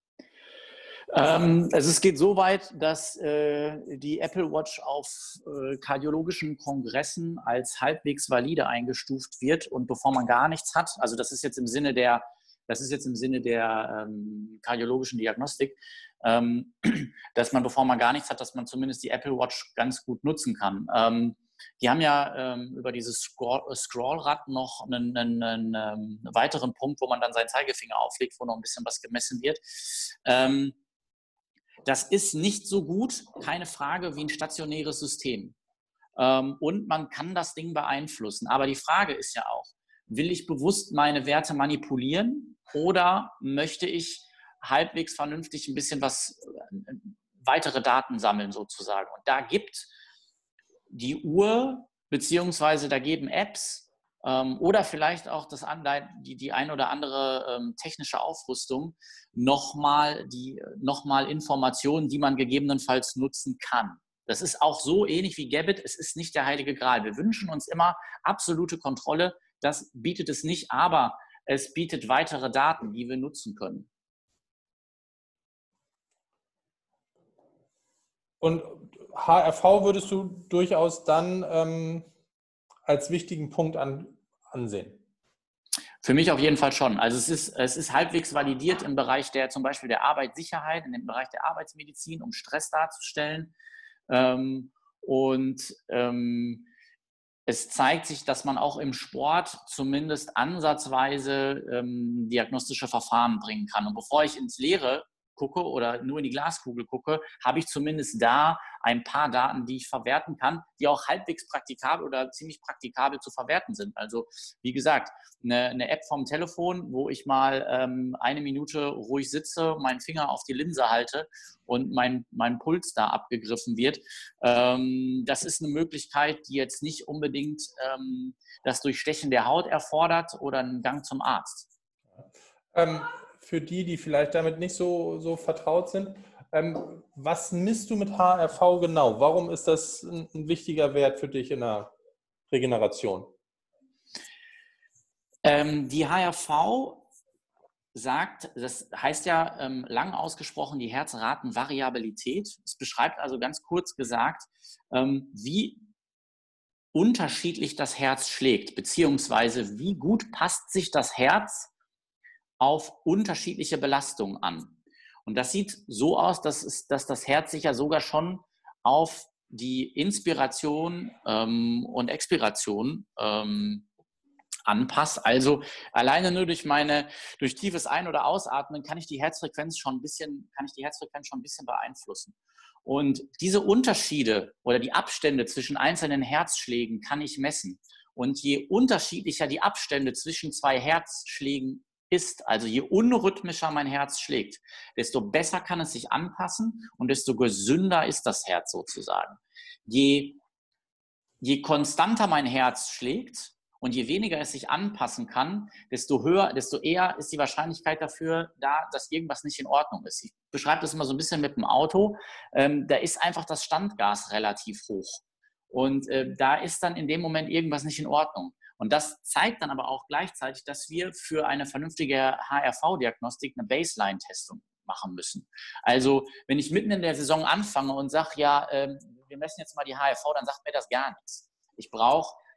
Ähm, also es geht so weit, dass äh, die Apple Watch auf äh, kardiologischen Kongressen als halbwegs valide eingestuft wird und bevor man gar nichts hat, also das ist jetzt im Sinne der, das ist jetzt im Sinne der ähm, kardiologischen Diagnostik, ähm, dass man, bevor man gar nichts hat, dass man zumindest die Apple Watch ganz gut nutzen kann. Ähm, die haben ja ähm, über dieses Scroll, Scrollrad noch einen, einen, einen, einen weiteren Punkt, wo man dann seinen Zeigefinger auflegt, wo noch ein bisschen was gemessen wird. Ähm, Das ist nicht so gut, keine Frage, wie ein stationäres System. Und man kann das Ding beeinflussen. Aber die Frage ist ja auch, will ich bewusst meine Werte manipulieren oder möchte ich halbwegs vernünftig ein bisschen was, weitere Daten sammeln sozusagen? Und da gibt die Uhr, beziehungsweise da geben Apps ähm, oder vielleicht auch das Anleit die, die ein oder andere ähm, technische Aufrüstung nochmal die nochmal Informationen, die man gegebenenfalls nutzen kann. Das ist auch so ähnlich wie Gabbit. Es ist nicht der heilige Gral. Wir wünschen uns immer absolute Kontrolle. Das bietet es nicht, aber es bietet weitere Daten, die wir nutzen können. Und H R V würdest du durchaus dann ähm, als wichtigen Punkt an, ansehen? Für mich auf jeden Fall schon. Also es ist, es ist halbwegs validiert im Bereich der zum Beispiel der Arbeitssicherheit, in dem Bereich der Arbeitsmedizin, um Stress darzustellen. Ähm, und ähm, es zeigt sich, dass man auch im Sport zumindest ansatzweise ähm, diagnostische Verfahren bringen kann. Und bevor ich ins Leere gucke oder nur in die Glaskugel gucke, habe ich zumindest da ein paar Daten, die ich verwerten kann, die auch halbwegs praktikabel oder ziemlich praktikabel zu verwerten sind. Also wie gesagt, eine, eine App vom Telefon, wo ich mal ähm, eine Minute ruhig sitze, meinen Finger auf die Linse halte und mein, mein Puls da abgegriffen wird. Ähm, das ist eine Möglichkeit, die jetzt nicht unbedingt ähm, das Durchstechen der Haut erfordert oder einen Gang zum Arzt. Ähm, für die, die vielleicht damit nicht so, so vertraut sind, ähm, was misst du mit H R V genau? Warum ist das ein, ein wichtiger Wert für dich in der Regeneration? Ähm, die H R V sagt, das heißt ja ähm, lang ausgesprochen die Herzratenvariabilität. Es beschreibt also ganz kurz gesagt, ähm, wie unterschiedlich das Herz schlägt, beziehungsweise wie gut passt sich das Herz auf unterschiedliche Belastungen an. Und das sieht so aus, dass, es, dass das Herz sich ja sogar schon auf die Inspiration ähm, und Expiration ähm, anpasst. Also alleine nur durch meine, durch tiefes Ein- oder Ausatmen kann ich die Herzfrequenz schon ein bisschen, kann ich die Herzfrequenz schon ein bisschen beeinflussen. Und diese Unterschiede oder die Abstände zwischen einzelnen Herzschlägen kann ich messen. Und je unterschiedlicher die Abstände zwischen zwei Herzschlägen ist, also je unrhythmischer mein Herz schlägt, desto besser kann es sich anpassen und desto gesünder ist das Herz sozusagen. Je, je konstanter mein Herz schlägt und je weniger es sich anpassen kann, desto höher, desto eher ist die Wahrscheinlichkeit dafür da, dass irgendwas nicht in Ordnung ist. Ich beschreibe das immer so ein bisschen mit dem Auto. Ähm, da ist einfach das Standgas relativ hoch. Und äh, da ist dann in dem Moment irgendwas nicht in Ordnung. Und das zeigt dann aber auch gleichzeitig, dass wir für eine vernünftige H R V-Diagnostik eine Baseline-Testung machen müssen. Also wenn ich mitten in der Saison anfange und sage, ja, äh, wir messen jetzt mal die H R V, dann sagt mir das gar nichts. Ich brauche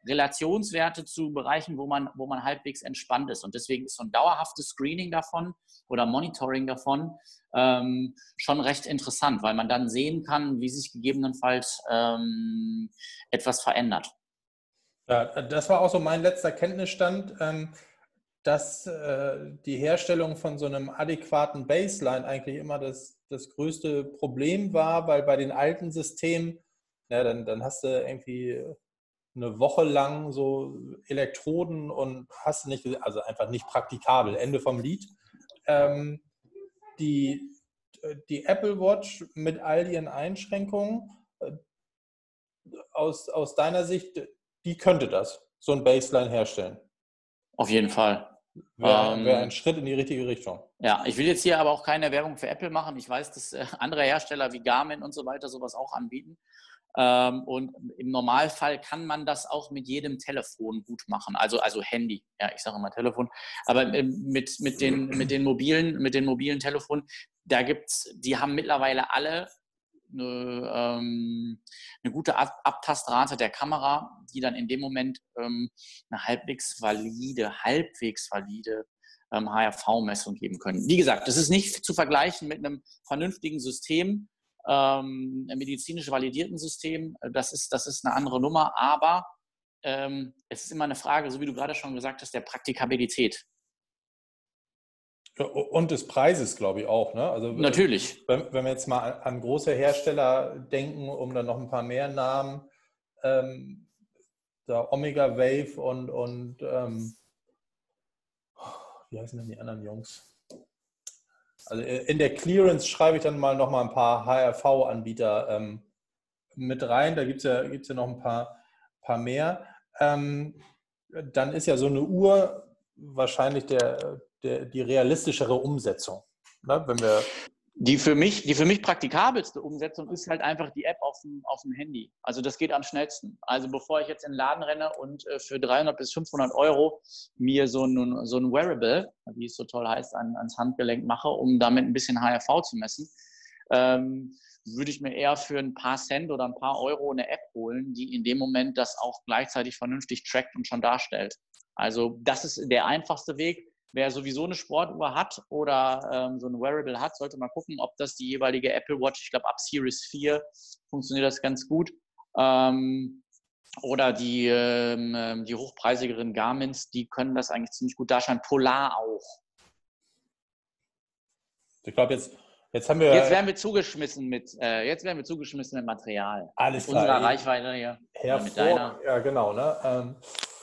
Relationswerte zu Bereichen, wo man, wo man halbwegs entspannt ist. Und deswegen ist so ein dauerhaftes Screening davon oder Monitoring davon ähm, schon recht interessant, weil man dann sehen kann, wie sich gegebenenfalls ähm, etwas verändert. Ja, das war auch so mein letzter Kenntnisstand, ähm, dass äh, die Herstellung von so einem adäquaten Baseline eigentlich immer das, das größte Problem war, weil bei den alten Systemen, ja, dann, dann hast du irgendwie eine Woche lang so Elektroden und hast nicht, also einfach nicht praktikabel, Ende vom Lied. Ähm, die, die Apple Watch mit all ihren Einschränkungen, aus, aus deiner Sicht, die könnte das, so ein Baseline herstellen. Auf jeden Fall. Wäre Ähm, wär ein Schritt in die richtige Richtung. Ja, ich will jetzt hier aber auch keine Werbung für Apple machen. Ich weiß, dass äh, andere Hersteller wie Garmin und so weiter sowas auch anbieten. Ähm, und im Normalfall kann man das auch mit jedem Telefon gut machen. Also, also Handy. Ja, ich sage immer Telefon. Aber ähm, mit, mit, den, mit, den mobilen, mit den mobilen Telefonen, da gibt's, die haben mittlerweile alle eine, ähm, eine gute Ab Abtastrate der Kamera, die dann in dem Moment ähm, eine halbwegs valide, halbwegs valide ähm, H R V-Messung geben können. Wie gesagt, das ist nicht zu vergleichen mit einem vernünftigen System, ähm, einem medizinisch validierten System. Das ist, das ist eine andere Nummer, aber ähm, es ist immer eine Frage, so wie du gerade schon gesagt hast, der Praktikabilität. Und des Preises, glaube ich, auch. Ne? Also, Natürlich. Wenn, wenn wir jetzt mal an große Hersteller denken, um dann noch ein paar mehr Namen, ähm, da Omega Wave und, und ähm, wie heißen denn die anderen Jungs? Also in der Clearance schreibe ich dann mal noch mal ein paar H R V-Anbieter ähm, mit rein. Da gibt es ja, gibt's ja noch ein paar, paar mehr. Ähm, dann ist ja so eine Uhr wahrscheinlich der, der, die realistischere Umsetzung. Ne? Wenn wir Die für mich, die für mich praktikabelste Umsetzung ist halt einfach die App auf dem, auf dem Handy. Also das geht am schnellsten. Also bevor ich jetzt in den Laden renne und äh, für dreihundert bis fünfhundert Euro mir so ein, so ein Wearable, wie es so toll heißt, an, ans Handgelenk mache, um damit ein bisschen H R V zu messen, ähm, würde ich mir eher für ein paar Cent oder ein paar Euro eine App holen, die in dem Moment das auch gleichzeitig vernünftig trackt und schon darstellt. Also das ist der einfachste Weg. Wer sowieso eine Sportuhr hat oder ähm, so ein Wearable hat, sollte mal gucken, ob das die jeweilige Apple Watch, ich glaube ab Series vier funktioniert das ganz gut, ähm, oder die, ähm, die hochpreisigeren Garmins, die können das eigentlich ziemlich gut darstellen. Polar auch. Ich glaube, jetzt, jetzt haben wir... Jetzt werden wir zugeschmissen mit, äh, jetzt werden wir zugeschmissen mit Material. Alles mit klar. unserer Reichweite hier. Hervor, mit deiner. Ja, genau. Ne? Ähm,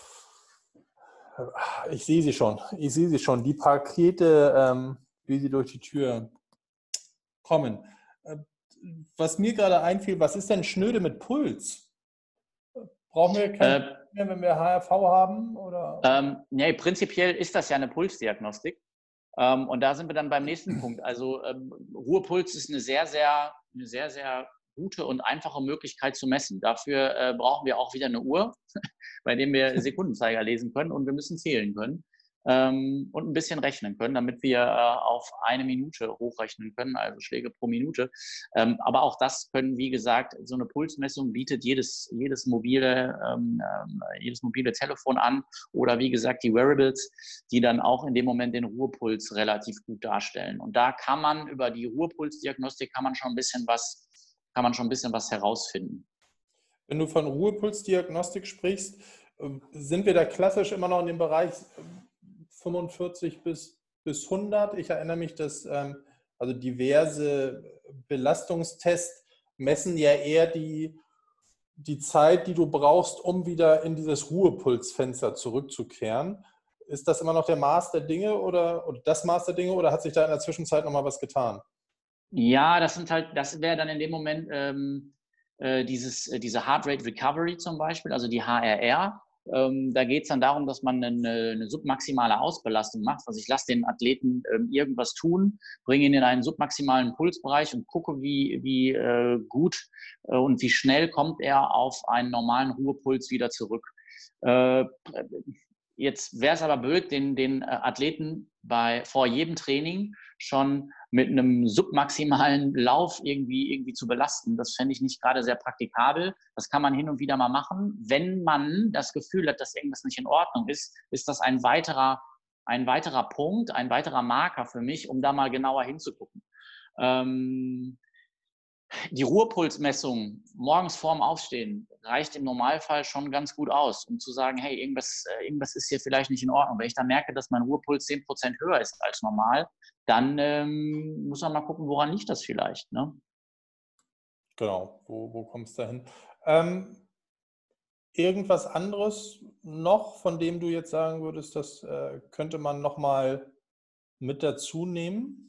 ich sehe sie schon. Ich sehe sie schon. Die Pakete, ähm, wie sie durch die Tür kommen. Äh, was mir gerade einfiel, was ist denn schnöde mit Puls? Brauchen wir keinen Äh, mehr, wenn wir H R V haben? Oder? Ähm, nee, prinzipiell ist das ja eine Pulsdiagnostik. Ähm, und da sind wir dann beim nächsten Punkt. Also ähm, Ruhepuls ist eine sehr, sehr, eine sehr, sehr gute und einfache Möglichkeit zu messen. Dafür äh, brauchen wir auch wieder eine Uhr, bei dem wir Sekundenzeiger lesen können und wir müssen zählen können ähm, und ein bisschen rechnen können, damit wir äh, auf eine Minute hochrechnen können, also Schläge pro Minute. Ähm, aber auch das können, wie gesagt, so eine Pulsmessung bietet jedes, jedes, mobile, ähm, jedes mobile Telefon an oder wie gesagt die Wearables, die dann auch in dem Moment den Ruhepuls relativ gut darstellen. Und da kann man über die Ruhepulsdiagnostik kann man schon ein bisschen was, kann man schon ein bisschen was herausfinden. Wenn du von Ruhepulsdiagnostik sprichst, sind wir da klassisch immer noch in dem Bereich fünfundvierzig bis, bis hundert? Ich erinnere mich, dass ähm, also diverse Belastungstests messen ja eher die, die Zeit, die du brauchst, um wieder in dieses Ruhepulsfenster zurückzukehren. Ist das immer noch der Maß der Dinge oder, oder das Maß der Dinge oder hat sich da in der Zwischenzeit nochmal was getan? Ja, das sind halt, das wäre dann in dem Moment ähm, äh, dieses, äh, diese Heart Rate Recovery zum Beispiel, also die H R R. Ähm, da geht es dann darum, dass man eine, eine submaximale Ausbelastung macht. Also ich lasse den Athleten ähm, irgendwas tun, bringe ihn in einen submaximalen Pulsbereich und gucke, wie, wie äh, gut äh, und wie schnell kommt er auf einen normalen Ruhepuls wieder zurück. Äh, jetzt wäre es aber blöd, den, den Athleten bei, vor jedem Training schon mit einem submaximalen Lauf irgendwie, irgendwie zu belasten. Das fände ich nicht gerade sehr praktikabel. Das kann man hin und wieder mal machen. Wenn man das Gefühl hat, dass irgendwas nicht in Ordnung ist, ist das ein weiterer, ein weiterer Punkt, ein weiterer Marker für mich, um da mal genauer hinzugucken. Ähm, Die Ruhepulsmessung morgens vorm Aufstehen reicht im Normalfall schon ganz gut aus, um zu sagen, hey, irgendwas, irgendwas ist hier vielleicht nicht in Ordnung. Wenn ich dann merke, dass mein Ruhepuls zehn Prozent höher ist als normal, dann ähm, muss man mal gucken, woran liegt das vielleicht. Ne? Genau, wo, wo kommst du hin? Ähm, irgendwas anderes noch, von dem du jetzt sagen würdest, das äh, könnte man nochmal mit dazu nehmen?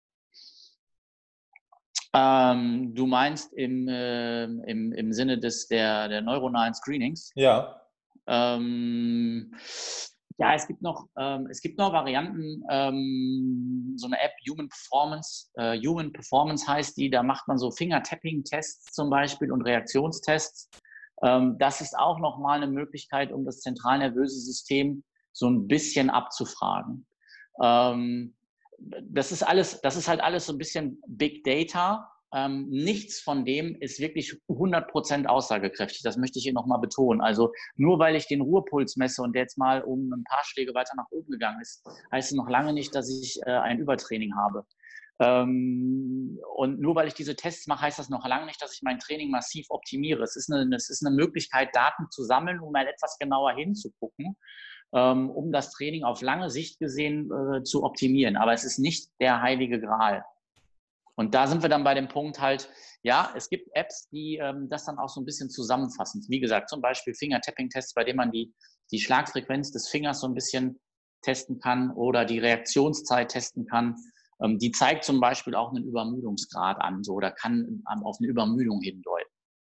Ähm, du meinst im, äh, im, im Sinne des, der, der neuronalen Screenings? Ja. Ähm, ja, es gibt noch, ähm, es gibt noch Varianten, ähm, so eine App, Human Performance. Äh, Human Performance heißt die, da macht man so Finger-Tapping-Tests zum Beispiel und Reaktionstests. Ähm, das ist auch nochmal eine Möglichkeit, um das zentralnervöse System so ein bisschen abzufragen. Ähm, das ist alles, das ist halt alles so ein bisschen Big Data. Ähm, nichts von dem ist wirklich hundert Prozent aussagekräftig. Das möchte ich hier nochmal betonen. Also nur weil ich den Ruhepuls messe und der jetzt mal um ein paar Schläge weiter nach oben gegangen ist, heißt es noch lange nicht, dass ich äh, ein Übertraining habe. Ähm, und nur weil ich diese Tests mache, heißt das noch lange nicht, dass ich mein Training massiv optimiere. Es ist eine, es ist eine Möglichkeit, Daten zu sammeln, um mal etwas genauer hinzugucken, ähm, um das Training auf lange Sicht gesehen äh, zu optimieren. Aber es ist nicht der heilige Gral. Und da sind wir dann bei dem Punkt halt, ja, es gibt Apps, die ähm, das dann auch so ein bisschen zusammenfassen. Wie gesagt, zum Beispiel Finger-Tapping-Tests, bei denen man die, die Schlagfrequenz des Fingers so ein bisschen testen kann oder die Reaktionszeit testen kann. Ähm, die zeigt zum Beispiel auch einen Übermüdungsgrad an, so, oder kann ähm, auf eine Übermüdung hindeuten.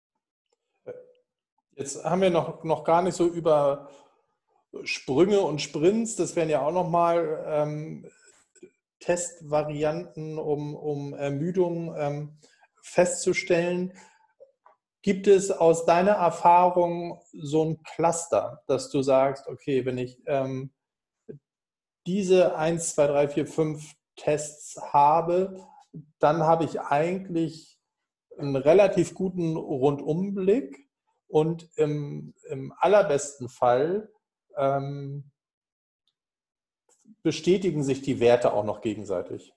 Jetzt haben wir noch, noch gar nicht so über Sprünge und Sprints, das wären ja auch nochmal ähm, Testvarianten, um, um Ermüdung ähm, festzustellen. Gibt es aus deiner Erfahrung so ein Cluster, dass du sagst, okay, wenn ich ähm, diese eins, zwei, drei, vier, fünf Tests habe, dann habe ich eigentlich einen relativ guten Rundumblick und im, im allerbesten Fall ähm, bestätigen sich die Werte auch noch gegenseitig.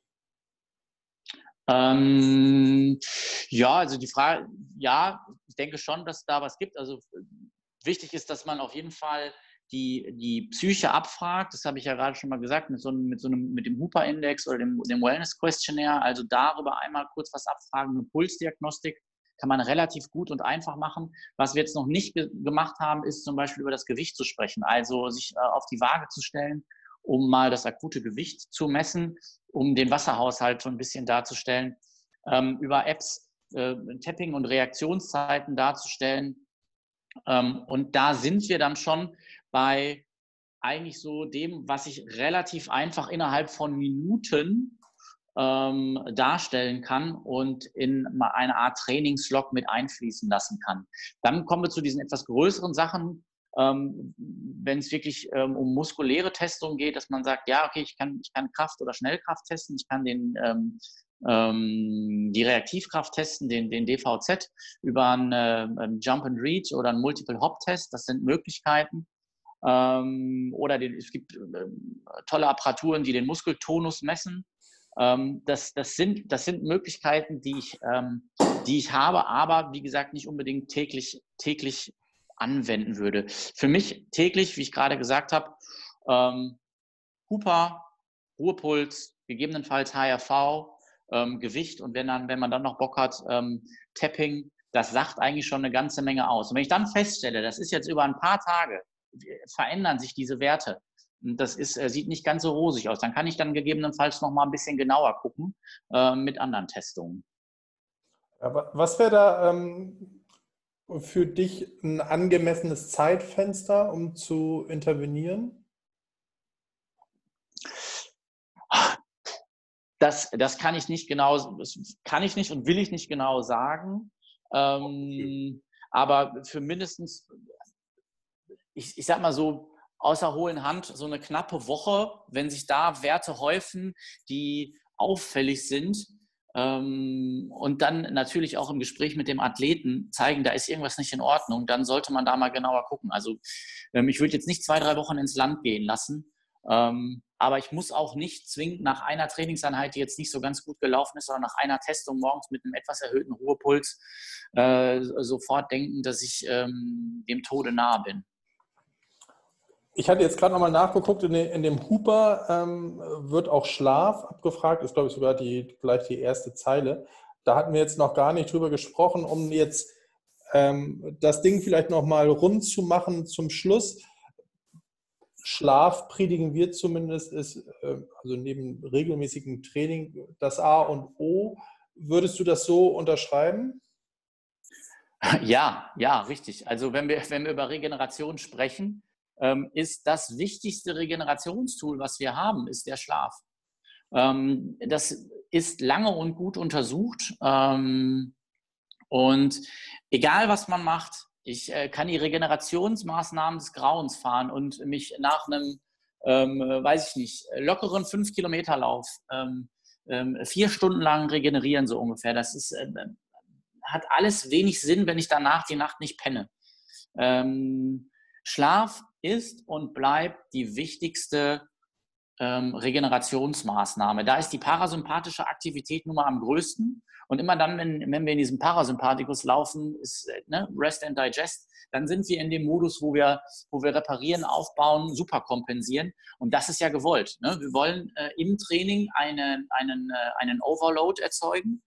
Ähm, ja, also die Frage, ja, ich denke schon, dass es da was gibt. Also wichtig ist, dass man auf jeden Fall die, die Psyche abfragt. Das habe ich ja gerade schon mal gesagt, mit so einem, mit so einem, mit dem Hooper-Index oder dem, dem Wellness-Questionnaire. Also darüber einmal kurz was abfragen. Eine Pulsdiagnostik kann man relativ gut und einfach machen. Was wir jetzt noch nicht ge gemacht haben, ist zum Beispiel über das Gewicht zu sprechen. Also sich äh, auf die Waage zu stellen, um mal das akute Gewicht zu messen, um den Wasserhaushalt so ein bisschen darzustellen, ähm, über Apps äh, Tapping und Reaktionszeiten darzustellen. Ähm, und da sind wir dann schon bei eigentlich so dem, was ich relativ einfach innerhalb von Minuten ähm, darstellen kann und in eine Art Trainingslog mit einfließen lassen kann. Dann kommen wir zu diesen etwas größeren Sachen, ähm, wenn es wirklich ähm, um muskuläre Testungen geht, dass man sagt, ja, okay, ich kann, ich kann Kraft oder Schnellkraft testen, ich kann den, ähm, ähm, die Reaktivkraft testen, den, den D V Z über einen äh, Jump and Reach oder einen Multiple Hop Test, das sind Möglichkeiten. Ähm, oder den, es gibt äh, tolle Apparaturen, die den Muskeltonus messen. Ähm, das, das, sind, das sind Möglichkeiten, die ich, ähm, die ich habe, aber wie gesagt nicht unbedingt täglich, täglich anwenden würde. Für mich täglich, wie ich gerade gesagt habe, ähm, Hooper, Ruhepuls, gegebenenfalls H R V, ähm, Gewicht und wenn, dann, wenn man dann noch Bock hat, ähm, Tapping, das sagt eigentlich schon eine ganze Menge aus. Und wenn ich dann feststelle, das ist jetzt über ein paar Tage, verändern sich diese Werte, und das ist, sieht nicht ganz so rosig aus, dann kann ich dann gegebenenfalls noch mal ein bisschen genauer gucken äh, mit anderen Testungen. Aber was wäre da ähm, für dich ein angemessenes Zeitfenster, um zu intervenieren? Das, das kann ich nicht genau, das kann ich nicht und will ich nicht genau sagen. Ähm, aber für mindestens, ich, ich sag mal so, außer hohlen Hand, so eine knappe Woche, wenn sich da Werte häufen, die auffällig sind ähm, und dann natürlich auch im Gespräch mit dem Athleten zeigen, da ist irgendwas nicht in Ordnung, dann sollte man da mal genauer gucken. Also ähm, ich würde jetzt nicht zwei, drei Wochen ins Land gehen lassen, ähm, aber ich muss auch nicht zwingend nach einer Trainingseinheit, die jetzt nicht so ganz gut gelaufen ist, sondern nach einer Testung morgens mit einem etwas erhöhten Ruhepuls äh, sofort denken, dass ich ähm, dem Tode nahe bin. Ich hatte jetzt gerade nochmal nachgeguckt, in, den, in dem Hooper ähm, wird auch Schlaf abgefragt, ist glaube ich sogar die, vielleicht die erste Zeile. Da hatten wir jetzt noch gar nicht drüber gesprochen, um jetzt ähm, das Ding vielleicht nochmal rund zu machen zum Schluss. Schlaf, predigen wir zumindest, ist äh, also neben regelmäßigem Training das A und O. Würdest du das so unterschreiben? Ja, ja, richtig. Also wenn wir, wenn wir über Regeneration sprechen, ähm, ist das wichtigste Regenerationstool, was wir haben, ist der Schlaf. Ähm, das ist lange und gut untersucht. Ähm, und egal, was man macht, ich äh, kann die Regenerationsmaßnahmen des Grauens fahren und mich nach einem, ähm, weiß ich nicht, lockeren fünf Kilometer Lauf ähm, ähm, vier Stunden lang regenerieren, so ungefähr. Das ist, äh, hat alles wenig Sinn, wenn ich danach die Nacht nicht penne. Ähm, Schlaf ist und bleibt die wichtigste ähm, Regenerationsmaßnahme. Da ist die parasympathische Aktivität nun mal am größten. Und immer dann, wenn, wenn wir in diesem Parasympathikus laufen, ist ne, Rest and Digest, dann sind wir in dem Modus, wo wir, wo wir reparieren, aufbauen, super kompensieren. Und das ist ja gewollt. Ne? Wir wollen äh, im Training einen, einen, äh, einen Overload erzeugen.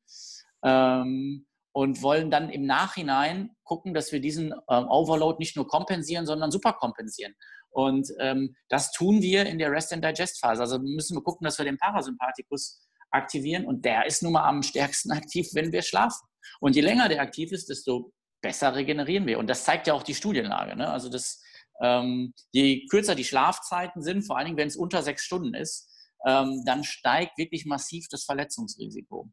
Ähm, und wollen dann im Nachhinein gucken, dass wir diesen ähm, Overload nicht nur kompensieren, sondern super kompensieren. Und ähm, das tun wir in der Rest-and-Digest-Phase. Also müssen wir gucken, dass wir den Parasympathikus aktivieren und der ist nun mal am stärksten aktiv, wenn wir schlafen. Und je länger der aktiv ist, desto besser regenerieren wir. Und das zeigt ja auch die Studienlage. Ne? Also das, ähm, je kürzer die Schlafzeiten sind, vor allen Dingen, wenn es unter sechs Stunden ist, ähm, dann steigt wirklich massiv das Verletzungsrisiko.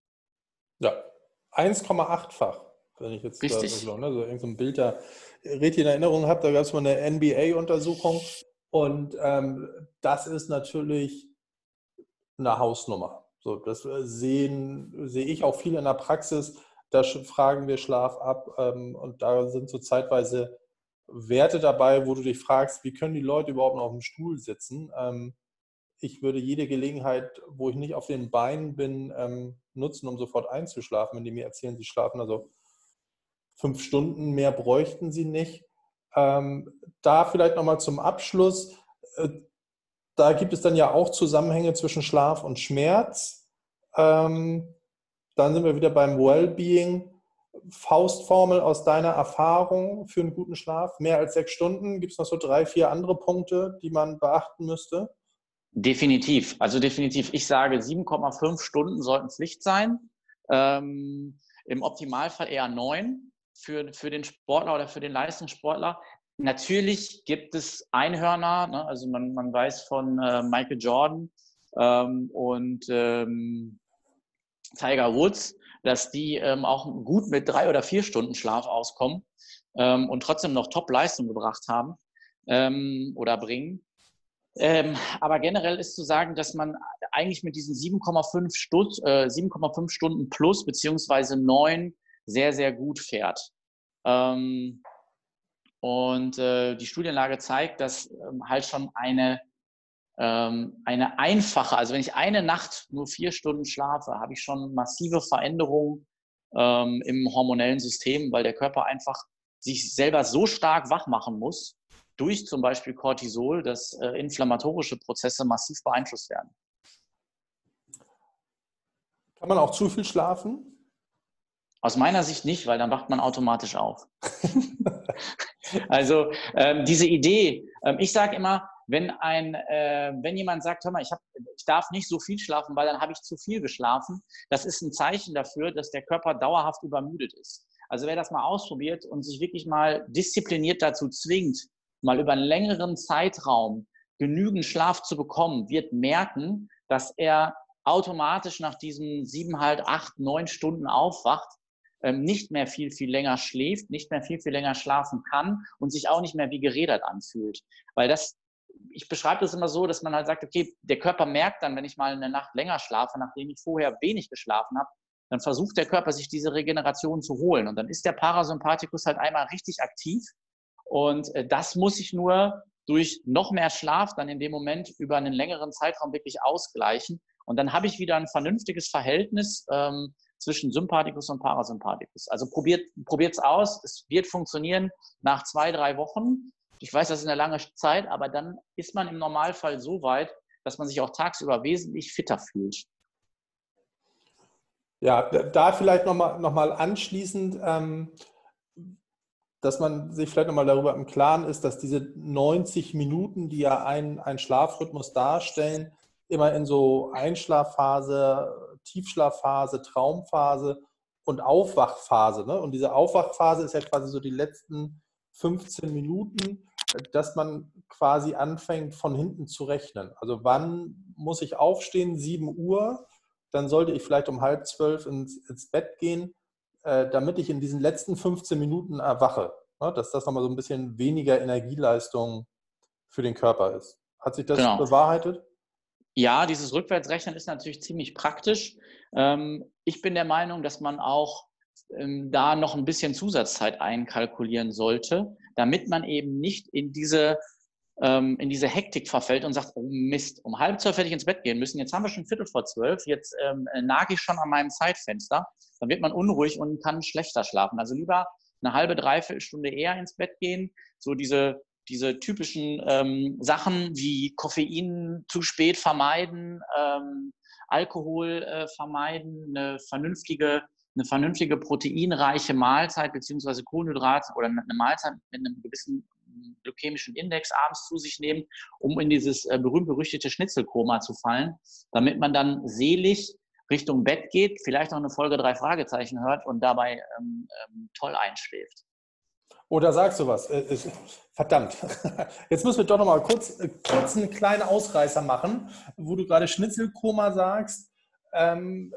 Ja, eins Komma acht-fach, wenn ich jetzt da so, ne, so irgend so ein Bild da richtig in Erinnerung habe, da gab es mal eine N B A-Untersuchung und ähm, das ist natürlich eine Hausnummer. So, das sehen, sehe ich auch viel in der Praxis, da fragen wir Schlaf ab ähm, und da sind so zeitweise Werte dabei, wo du dich fragst, wie können die Leute überhaupt noch auf dem Stuhl sitzen? Ähm, ich würde jede Gelegenheit, wo ich nicht auf den Beinen bin, ähm, nutzen, um sofort einzuschlafen, wenn die mir erzählen, sie schlafen also fünf Stunden, mehr bräuchten sie nicht. Ähm, da vielleicht nochmal zum Abschluss, äh, da gibt es dann ja auch Zusammenhänge zwischen Schlaf und Schmerz. Ähm, dann sind wir wieder beim Wellbeing. Faustformel aus deiner Erfahrung für einen guten Schlaf, mehr als sechs Stunden. Gibt es noch so drei, vier andere Punkte, die man beachten müsste? Definitiv, also definitiv. Ich sage, sieben Komma fünf Stunden sollten Pflicht sein. Ähm, im Optimalfall eher neun für, für den Sportler oder für den Leistungssportler. Natürlich gibt es Einhörner, ne? Also man, man weiß von äh, Michael Jordan ähm, und ähm, Tiger Woods, dass die ähm, auch gut mit drei oder vier Stunden Schlaf auskommen ähm, und trotzdem noch Top-Leistung gebracht haben ähm, oder bringen. Ähm, aber generell ist zu sagen, dass man eigentlich mit diesen sieben Komma fünf Stutz, äh, sieben Komma fünf Stunden plus beziehungsweise neun sehr, sehr gut fährt. Ähm, und äh, die Studienlage zeigt, dass ähm, halt schon eine, ähm, eine einfache, also wenn ich eine Nacht nur vier Stunden schlafe, habe ich schon massive Veränderungen ähm, im hormonellen System, weil der Körper einfach sich selber so stark wach machen muss, durch zum Beispiel Cortisol, dass äh, inflammatorische Prozesse massiv beeinflusst werden. Kann man auch zu viel schlafen? Aus meiner Sicht nicht, weil dann wacht man automatisch auf. Also ähm, diese Idee, ähm, ich sage immer, wenn, ein, äh, wenn jemand sagt, hör mal, ich, hab, ich darf nicht so viel schlafen, weil dann habe ich zu viel geschlafen, das ist ein Zeichen dafür, dass der Körper dauerhaft übermüdet ist. Also wer das mal ausprobiert und sich wirklich mal diszipliniert dazu zwingt, mal über einen längeren Zeitraum genügend Schlaf zu bekommen, wird merken, dass er automatisch nach diesen sieben, halt acht, neun Stunden aufwacht, ähm, nicht mehr viel, viel länger schläft, nicht mehr viel, viel länger schlafen kann und sich auch nicht mehr wie gerädert anfühlt. Weil das ich beschreibe das immer so, dass man halt sagt, okay, der Körper merkt dann, wenn ich mal eine Nacht länger schlafe, nachdem ich vorher wenig geschlafen habe, dann versucht der Körper, sich diese Regeneration zu holen. Und dann ist der Parasympathikus halt einmal richtig aktiv. Und das muss ich nur durch noch mehr Schlaf dann in dem Moment über einen längeren Zeitraum wirklich ausgleichen. Und dann habe ich wieder ein vernünftiges Verhältnis ähm, zwischen Sympathikus und Parasympathikus. Also probiert es aus. Es wird funktionieren nach zwei, drei Wochen. Ich weiß, das ist eine lange Zeit, aber dann ist man im Normalfall so weit, dass man sich auch tagsüber wesentlich fitter fühlt. Ja, da vielleicht nochmal noch mal anschließend, ähm, dass man sich vielleicht nochmal darüber im Klaren ist, dass diese neunzig Minuten, die ja einen, einen Schlafrhythmus darstellen, immer in so Einschlafphase, Tiefschlafphase, Traumphase und Aufwachphase, ne? Und diese Aufwachphase ist ja quasi so die letzten fünfzehn Minuten, dass man quasi anfängt, von hinten zu rechnen. Also wann muss ich aufstehen? sieben Uhr. Dann sollte ich vielleicht um halb zwölf ins, ins Bett gehen, äh, damit ich in diesen letzten fünfzehn Minuten erwache. Ne? Dass das nochmal so ein bisschen weniger Energieleistung für den Körper ist. Hat sich das Genau. bewahrheitet? Ja, dieses Rückwärtsrechnen ist natürlich ziemlich praktisch. Ähm, ich bin der Meinung, dass man auch ähm, da noch ein bisschen Zusatzzeit einkalkulieren sollte, damit man eben nicht in diese, ähm, in diese Hektik verfällt und sagt, oh Mist, um halb zwölf hätte ich ins Bett gehen müssen, jetzt haben wir schon Viertel vor zwölf, jetzt ähm, nage ich schon an meinem Zeitfenster. Dann wird man unruhig und kann schlechter schlafen. Also lieber eine halbe, dreiviertel Stunde eher ins Bett gehen, so diese diese typischen ähm, Sachen wie Koffein zu spät vermeiden, ähm, Alkohol äh, vermeiden, eine vernünftige, eine vernünftige proteinreiche Mahlzeit beziehungsweise Kohlenhydrat oder eine Mahlzeit mit einem gewissen glykämischen Index abends zu sich nehmen, um in dieses äh, berühmt-berüchtigte Schnitzelkoma zu fallen, damit man dann selig Richtung Bett geht, vielleicht noch eine Folge drei Fragezeichen hört und dabei ähm, ähm, toll einschläft. Oder sagst du was? Verdammt. Jetzt müssen wir doch noch mal kurz, kurz einen kleinen Ausreißer machen, wo du gerade Schnitzelkoma sagst. Ähm,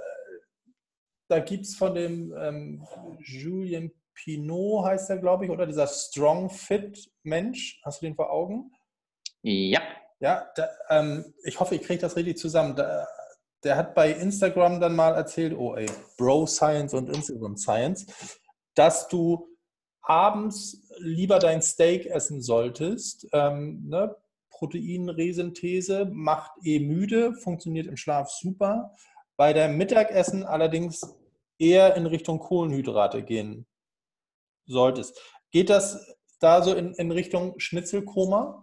da gibt es von dem ähm, Julien Pineau, heißt er, glaube ich, oder dieser Strong Fit Mensch. Hast du den vor Augen? Ja. Ja, da, ähm, ich hoffe, ich kriege das richtig zusammen. Da, der hat bei Instagram dann mal erzählt, oh ey, Bro Science und Instagram Science, dass du abends lieber dein Steak essen solltest. Ähm, ne? Proteinresynthese macht eh müde, funktioniert im Schlaf super. Bei deinem Mittagessen allerdings eher in Richtung Kohlenhydrate gehen solltest. Geht das da so in, in Richtung Schnitzelkoma?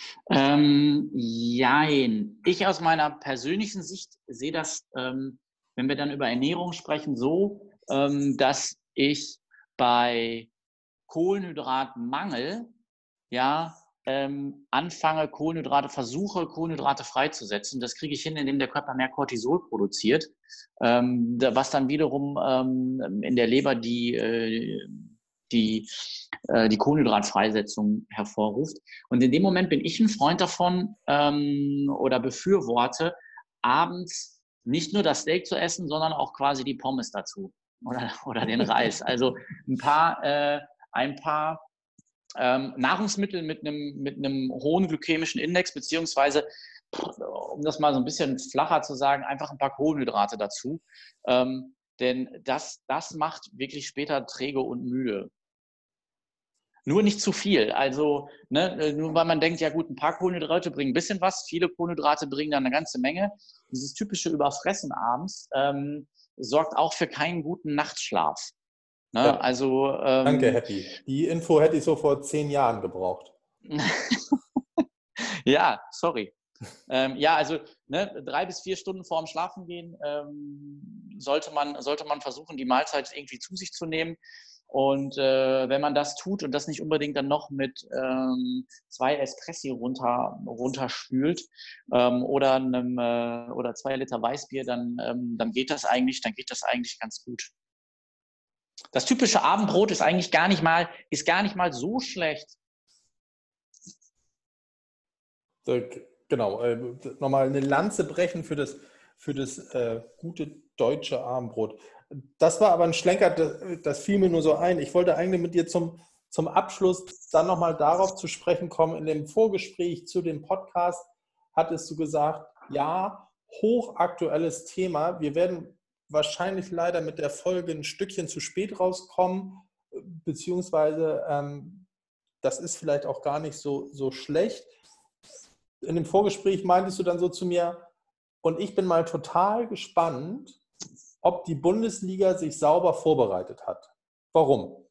Ähm, jein. Ich aus meiner persönlichen Sicht sehe das, ähm, wenn wir dann über Ernährung sprechen, so, ähm, dass ich bei Kohlenhydratmangel ja ähm, anfange, Kohlenhydrate, versuche, Kohlenhydrate freizusetzen. Das kriege ich hin, indem der Körper mehr Cortisol produziert, ähm, was dann wiederum ähm, in der Leber die, äh, die, äh, die Kohlenhydratfreisetzung hervorruft. Und in dem Moment bin ich ein Freund davon ähm, oder befürworte, abends nicht nur das Steak zu essen, sondern auch quasi die Pommes dazu oder, oder den Reis. Also ein paar, äh, ein paar ähm, Nahrungsmittel mit einem, mit einem hohen glykämischen Index, beziehungsweise, um das mal so ein bisschen flacher zu sagen, einfach ein paar Kohlenhydrate dazu. Ähm, denn das, das macht wirklich später träge und müde. Nur nicht zu viel. Also, ne, nur weil man denkt, ja gut, ein paar Kohlenhydrate bringen ein bisschen was, viele Kohlenhydrate bringen dann eine ganze Menge. Dieses typische Überfressen abends ähm, sorgt auch für keinen guten Nachtschlaf. Ne? Ja. Also, ähm, Danke, Happy. Die Info hätte ich so vor zehn Jahren gebraucht. Ja, sorry. ähm, ja, also ne, drei bis vier Stunden vorm Schlafengehen ähm, sollte man, sollte man versuchen, die Mahlzeit irgendwie zu sich zu nehmen. Und äh, wenn man das tut und das nicht unbedingt dann noch mit ähm, zwei Espressi runter, runterspült ähm, oder, einem, äh, oder zwei Liter Weißbier, dann, ähm, dann geht das eigentlich, dann geht das eigentlich ganz gut. Das typische Abendbrot ist eigentlich gar nicht mal, ist gar nicht mal so schlecht. Genau, äh, nochmal eine Lanze brechen für das, für das äh, gute deutsche Abendbrot. Das war aber ein Schlenker, das, das fiel mir nur so ein. Ich wollte eigentlich mit dir zum, zum Abschluss dann nochmal darauf zu sprechen kommen. In dem Vorgespräch zu dem Podcast hattest du gesagt, ja, hochaktuelles Thema. Wir werden wahrscheinlich leider mit der Folge ein Stückchen zu spät rauskommen, beziehungsweise ähm, das ist vielleicht auch gar nicht so, so schlecht. In dem Vorgespräch meintest du dann so zu mir, und ich bin mal total gespannt, ob die Bundesliga sich sauber vorbereitet hat. Warum?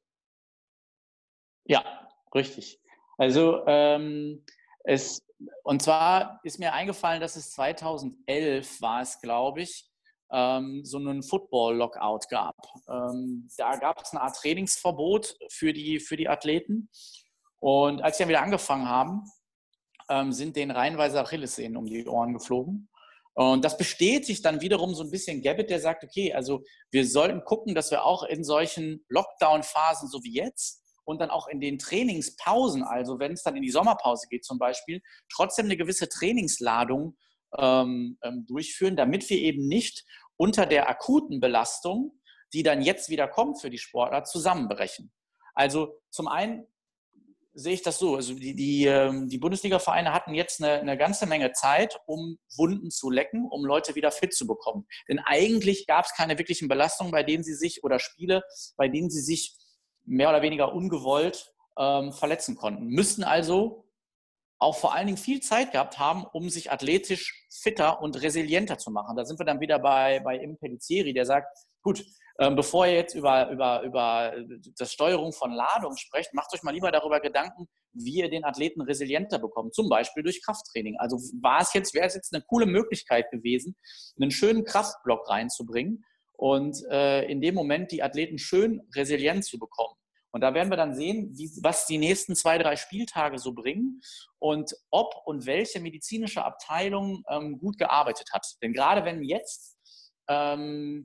Ja, richtig. Also ähm, es, und zwar ist mir eingefallen, dass es zweitausendelf war es, glaube ich, ähm, so einen Football-Lockout gab. Ähm, da gab es eine Art Trainingsverbot für die, für die Athleten. Und als sie dann wieder angefangen haben, ähm, sind denen reihenweise Achillessehnen um die Ohren geflogen. Und das bestätigt dann wiederum so ein bisschen Gabbett, der sagt, okay, also wir sollten gucken, dass wir auch in solchen Lockdown-Phasen, so wie jetzt, und dann auch in den Trainingspausen, also wenn es dann in die Sommerpause geht zum Beispiel, trotzdem eine gewisse Trainingsladung ähm, ähm, durchführen, damit wir eben nicht unter der akuten Belastung, die dann jetzt wieder kommt für die Sportler, zusammenbrechen. Also zum einen sehe ich das so, also die, die, die Bundesliga-Vereine hatten jetzt eine, eine ganze Menge Zeit, um Wunden zu lecken, um Leute wieder fit zu bekommen. Denn eigentlich gab es keine wirklichen Belastungen, bei denen sie sich, oder Spiele, bei denen sie sich mehr oder weniger ungewollt ähm, verletzen konnten. Müssten also auch vor allen Dingen viel Zeit gehabt haben, um sich athletisch fitter und resilienter zu machen. Da sind wir dann wieder bei, bei Im Pellizieri, der sagt, gut, ähm, bevor ihr jetzt über, über, über das Steuerung von Ladung sprecht, macht euch mal lieber darüber Gedanken, wie ihr den Athleten resilienter bekommt, zum Beispiel durch Krafttraining. Also war es jetzt, wäre es jetzt eine coole Möglichkeit gewesen, einen schönen Kraftblock reinzubringen und äh, in dem Moment die Athleten schön resilient zu bekommen. Und da werden wir dann sehen, wie, was die nächsten zwei, drei Spieltage so bringen und ob und welche medizinische Abteilung ähm, gut gearbeitet hat. Denn gerade wenn jetzt ähm,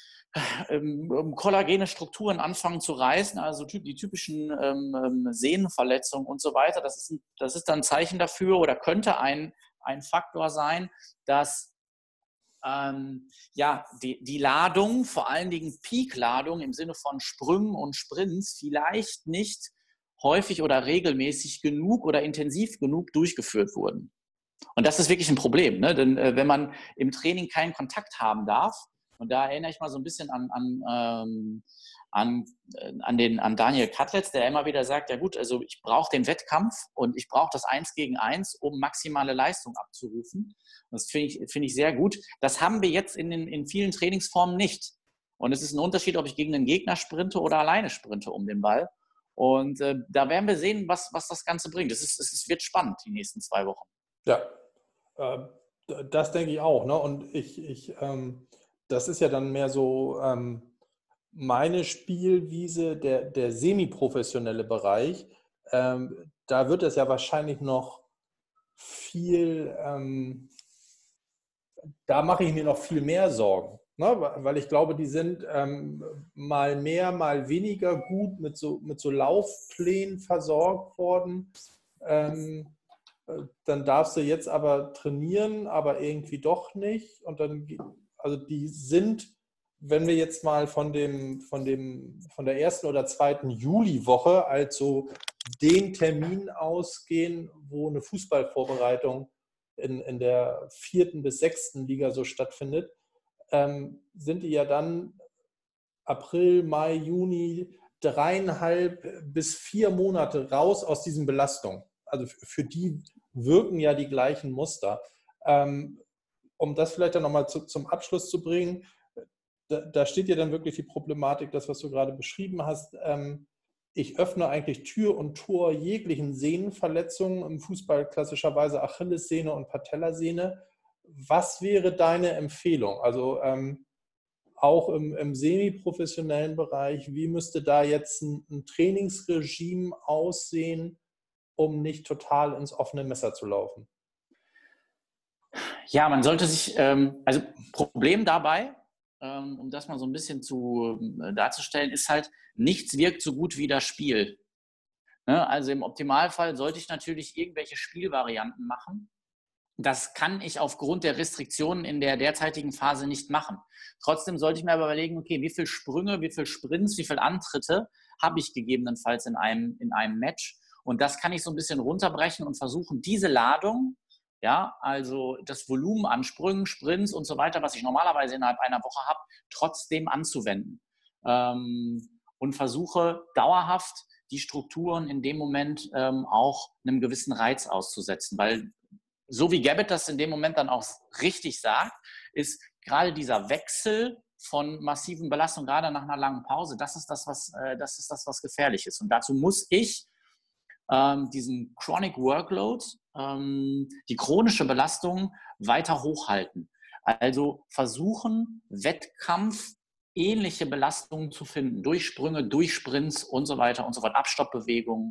ähm, kollagene Strukturen anfangen zu reißen, also die typischen ähm, Sehnenverletzungen und so weiter, das ist, ein, das ist dann ein Zeichen dafür oder könnte ein, ein Faktor sein, dass Ähm, ja, die, die Ladung, vor allen Dingen Peak-Ladung im Sinne von Sprüngen und Sprints, vielleicht nicht häufig oder regelmäßig genug oder intensiv genug durchgeführt wurden. Und das ist wirklich ein Problem, ne? Denn äh, wenn man im Training keinen Kontakt haben darf, und da erinnere ich mal so ein bisschen an, an, ähm, an, äh, an, den, an Daniel Katlitz, der immer wieder sagt, ja gut, also ich brauche den Wettkampf und ich brauche das Eins gegen Eins, um maximale Leistung abzurufen. Das finde ich, finde ich sehr gut. Das haben wir jetzt in, den, in vielen Trainingsformen nicht. Und es ist ein Unterschied, ob ich gegen einen Gegner sprinte oder alleine sprinte um den Ball. Und äh, da werden wir sehen, was, was das Ganze bringt. Es, ist, es wird spannend, die nächsten zwei Wochen. Ja, äh, das denke ich auch. Ne? Und ich, ich ähm, das ist ja dann mehr so ähm, meine Spielwiese, der, der semi-professionelle Bereich. Ähm, da wird es ja wahrscheinlich noch viel, ähm, da mache ich mir noch viel mehr Sorgen. Ne? Weil ich glaube, die sind ähm, mal mehr, mal weniger gut mit so, mit so Laufplänen versorgt worden. Ähm, dann darfst du jetzt aber trainieren, aber irgendwie doch nicht. Und dann, also die sind, wenn wir jetzt mal von dem, von dem, von der ersten oder zweiten Juliwoche als so den Termin ausgehen, wo eine Fußballvorbereitung in, in der vierten bis sechsten Liga so stattfindet, ähm, sind die ja dann April, Mai, Juni, dreieinhalb bis vier Monate raus aus diesen Belastungen. Also für die wirken ja die gleichen Muster. Ähm, um das vielleicht dann nochmal zu, zum Abschluss zu bringen, da, da steht ja dann wirklich die Problematik, das, was du gerade beschrieben hast. Ähm, ich öffne eigentlich Tür und Tor jeglichen Sehnenverletzungen, im Fußball klassischerweise Achillessehne und Patellasehne. Was wäre deine Empfehlung? Also ähm, auch im, im semi-professionellen Bereich, wie müsste da jetzt ein, ein Trainingsregime aussehen, um nicht total ins offene Messer zu laufen? Ja, man sollte sich, ähm, also Problem dabei, ähm, um das mal so ein bisschen zu, äh, darzustellen, ist halt, nichts wirkt so gut wie das Spiel. Ne? Also im Optimalfall sollte ich natürlich irgendwelche Spielvarianten machen. Das kann ich aufgrund der Restriktionen in der derzeitigen Phase nicht machen. Trotzdem sollte ich mir aber überlegen, okay, wie viele Sprünge, wie viele Sprints, wie viele Antritte habe ich gegebenenfalls in einem, in einem Match. Und das kann ich so ein bisschen runterbrechen und versuchen, diese Ladung, ja, also das Volumen an Sprüngen, Sprints und so weiter, was ich normalerweise innerhalb einer Woche habe, trotzdem anzuwenden. Ähm, und versuche dauerhaft die Strukturen in dem Moment ähm, auch einem gewissen Reiz auszusetzen. Weil so wie Gabbett das in dem Moment dann auch richtig sagt, ist gerade dieser Wechsel von massiven Belastungen, gerade nach einer langen Pause, das ist das, was, äh, das ist das, was gefährlich ist. Und dazu muss ich ähm, diesen Chronic Workload, ähm, die chronische Belastung weiter hochhalten. Also versuchen, Wettkampf ähnliche Belastungen zu finden, durch Sprünge, durch Sprints und so weiter und so fort, Abstoppbewegungen.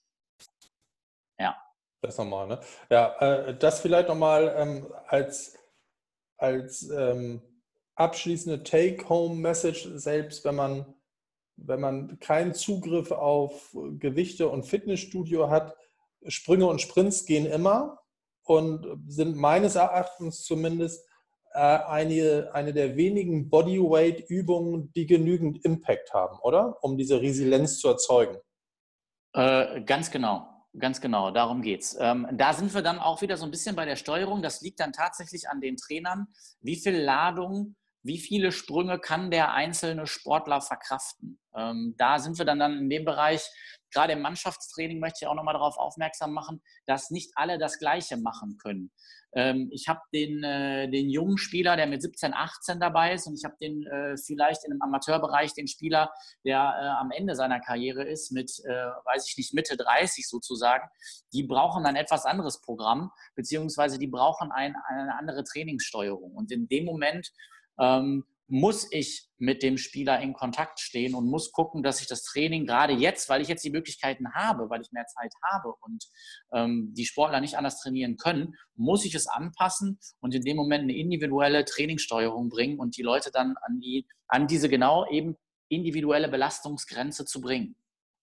Ja. Das nochmal, ne? Ja, äh, das vielleicht nochmal ähm, als, als ähm, abschließende Take-Home-Message, selbst wenn man, wenn man keinen Zugriff auf Gewichte und Fitnessstudio hat, Sprünge und Sprints gehen immer und sind meines Erachtens zumindest äh, eine, eine der wenigen Bodyweight-Übungen, die genügend Impact haben, oder? Um diese Resilienz zu erzeugen. Äh, ganz genau. Ganz genau, darum geht's. Ähm, da sind wir dann auch wieder so ein bisschen bei der Steuerung. Das liegt dann tatsächlich an den Trainern. Wie viel Ladung, wie viele Sprünge kann der einzelne Sportler verkraften? Ähm, da sind wir dann, dann in dem Bereich, gerade im Mannschaftstraining möchte ich auch nochmal darauf aufmerksam machen, dass nicht alle das Gleiche machen können. Ähm, ich habe den, äh, den jungen Spieler, der mit siebzehn, achtzehn dabei ist, und ich habe den äh, vielleicht in einem Amateurbereich den Spieler, der äh, am Ende seiner Karriere ist, mit, äh, weiß ich nicht, Mitte dreißig sozusagen. Die brauchen ein etwas anderes Programm, beziehungsweise die brauchen ein, eine andere Trainingssteuerung. Und in dem Moment ähm, muss ich mit dem Spieler in Kontakt stehen und muss gucken, dass ich das Training gerade jetzt, weil ich jetzt die Möglichkeiten habe, weil ich mehr Zeit habe und ähm, die Sportler nicht anders trainieren können, muss ich es anpassen und in dem Moment eine individuelle Trainingssteuerung bringen und die Leute dann an, die, an diese genau eben individuelle Belastungsgrenze zu bringen.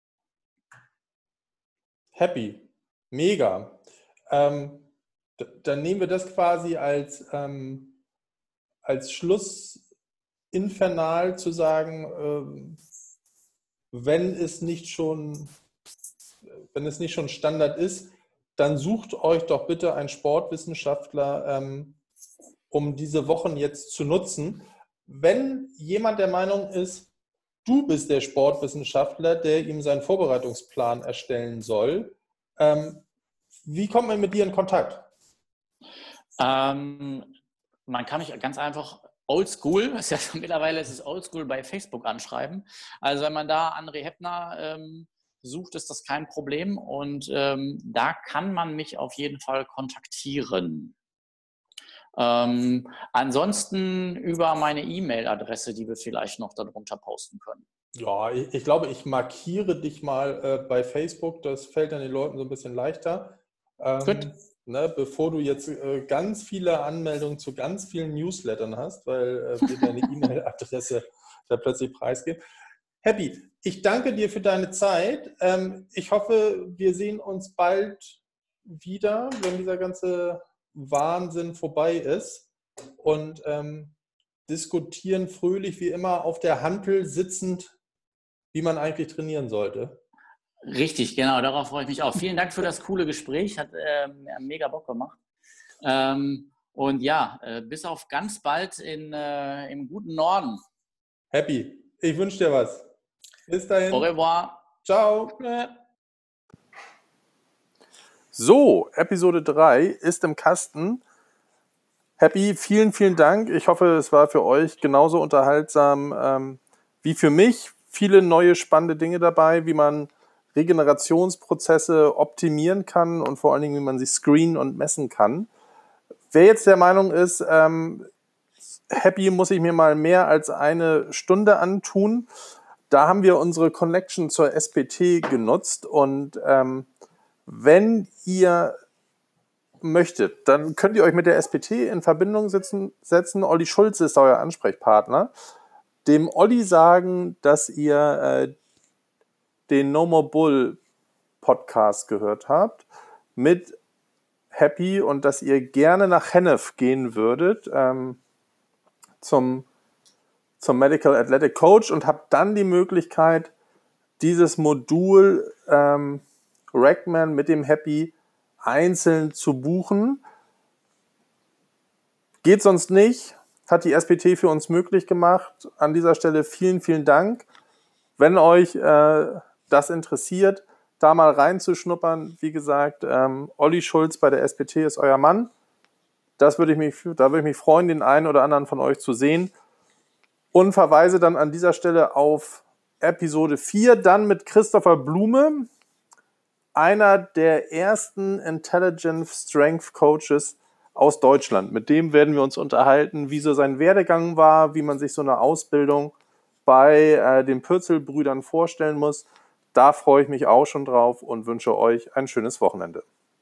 Happy, mega. Ähm, dann nehmen wir das quasi als, ähm, als Schlussinfernal zu sagen, ähm, wenn es nicht schon, wenn es nicht schon Standard ist, dann sucht euch doch bitte einen Sportwissenschaftler, ähm, um diese Wochen jetzt zu nutzen. Wenn jemand der Meinung ist, du bist der Sportwissenschaftler, der ihm seinen Vorbereitungsplan erstellen soll, ähm, wie kommt man mit dir in Kontakt? Ähm, man kann mich ganz einfach oldschool, ist ja mittlerweile ist es oldschool, bei Facebook anschreiben. Also wenn man da André Heppner ähm, sucht, ist das kein Problem und ähm, da kann man mich auf jeden Fall kontaktieren. Ähm, ansonsten über meine E-Mail-Adresse, die wir vielleicht noch darunter posten können. Ja, ich, ich glaube, ich markiere dich mal äh, bei Facebook. Das fällt dann den Leuten so ein bisschen leichter. Ähm, Gut. ne, bevor du jetzt äh, ganz viele Anmeldungen zu ganz vielen Newslettern hast, weil äh, wir deine E-Mail-Adresse da plötzlich preisgeben. Happy, ich danke dir für deine Zeit. Ähm, ich hoffe, wir sehen uns bald wieder, wenn dieser ganze Wahnsinn vorbei ist und ähm, diskutieren fröhlich wie immer auf der Hantel sitzend, wie man eigentlich trainieren sollte. Richtig, genau, darauf freue ich mich auch. Vielen Dank für das coole Gespräch, hat ähm, mega Bock gemacht. Ähm, und ja, äh, bis auf ganz bald in, äh, im guten Norden. Happy, ich wünsche dir was. Bis dahin. Au revoir. Ciao. So, Episode drei ist im Kasten. Happy, vielen, vielen Dank. Ich hoffe, es war für euch genauso unterhaltsam ähm, wie für mich. Viele neue spannende Dinge dabei, wie man Regenerationsprozesse optimieren kann und vor allen Dingen, wie man sie screenen und messen kann. Wer jetzt der Meinung ist, ähm, Happy muss ich mir mal mehr als eine Stunde antun, da haben wir unsere Connection zur S P T genutzt und ähm, wenn ihr möchtet, dann könnt ihr euch mit der S P T in Verbindung setzen. setzen. Olli Schulze ist euer Ansprechpartner. Dem Olli sagen, dass ihr äh, den No More Bull Podcast gehört habt mit Happy und dass ihr gerne nach Hennef gehen würdet ähm, zum, zum Medical Athletic Coach und habt dann die Möglichkeit, dieses Modul ähm, Rackman mit dem Happy einzeln zu buchen. Geht sonst nicht. Hat die S P T für uns möglich gemacht. An dieser Stelle vielen, vielen Dank. Wenn euch äh, das interessiert, da mal reinzuschnuppern, wie gesagt, ähm, Olli Schulz bei der S P T ist euer Mann. Das würde ich mich, da würde ich mich freuen, den einen oder anderen von euch zu sehen. Und verweise dann an dieser Stelle auf Episode vier, dann mit Christopher Blume, einer der ersten Intelligent Strength Coaches aus Deutschland. Mit dem werden wir uns unterhalten, wie so sein Werdegang war, wie man sich so eine Ausbildung bei äh, den Pürzel-Brüdern vorstellen muss. Da freue ich mich auch schon drauf und wünsche euch ein schönes Wochenende.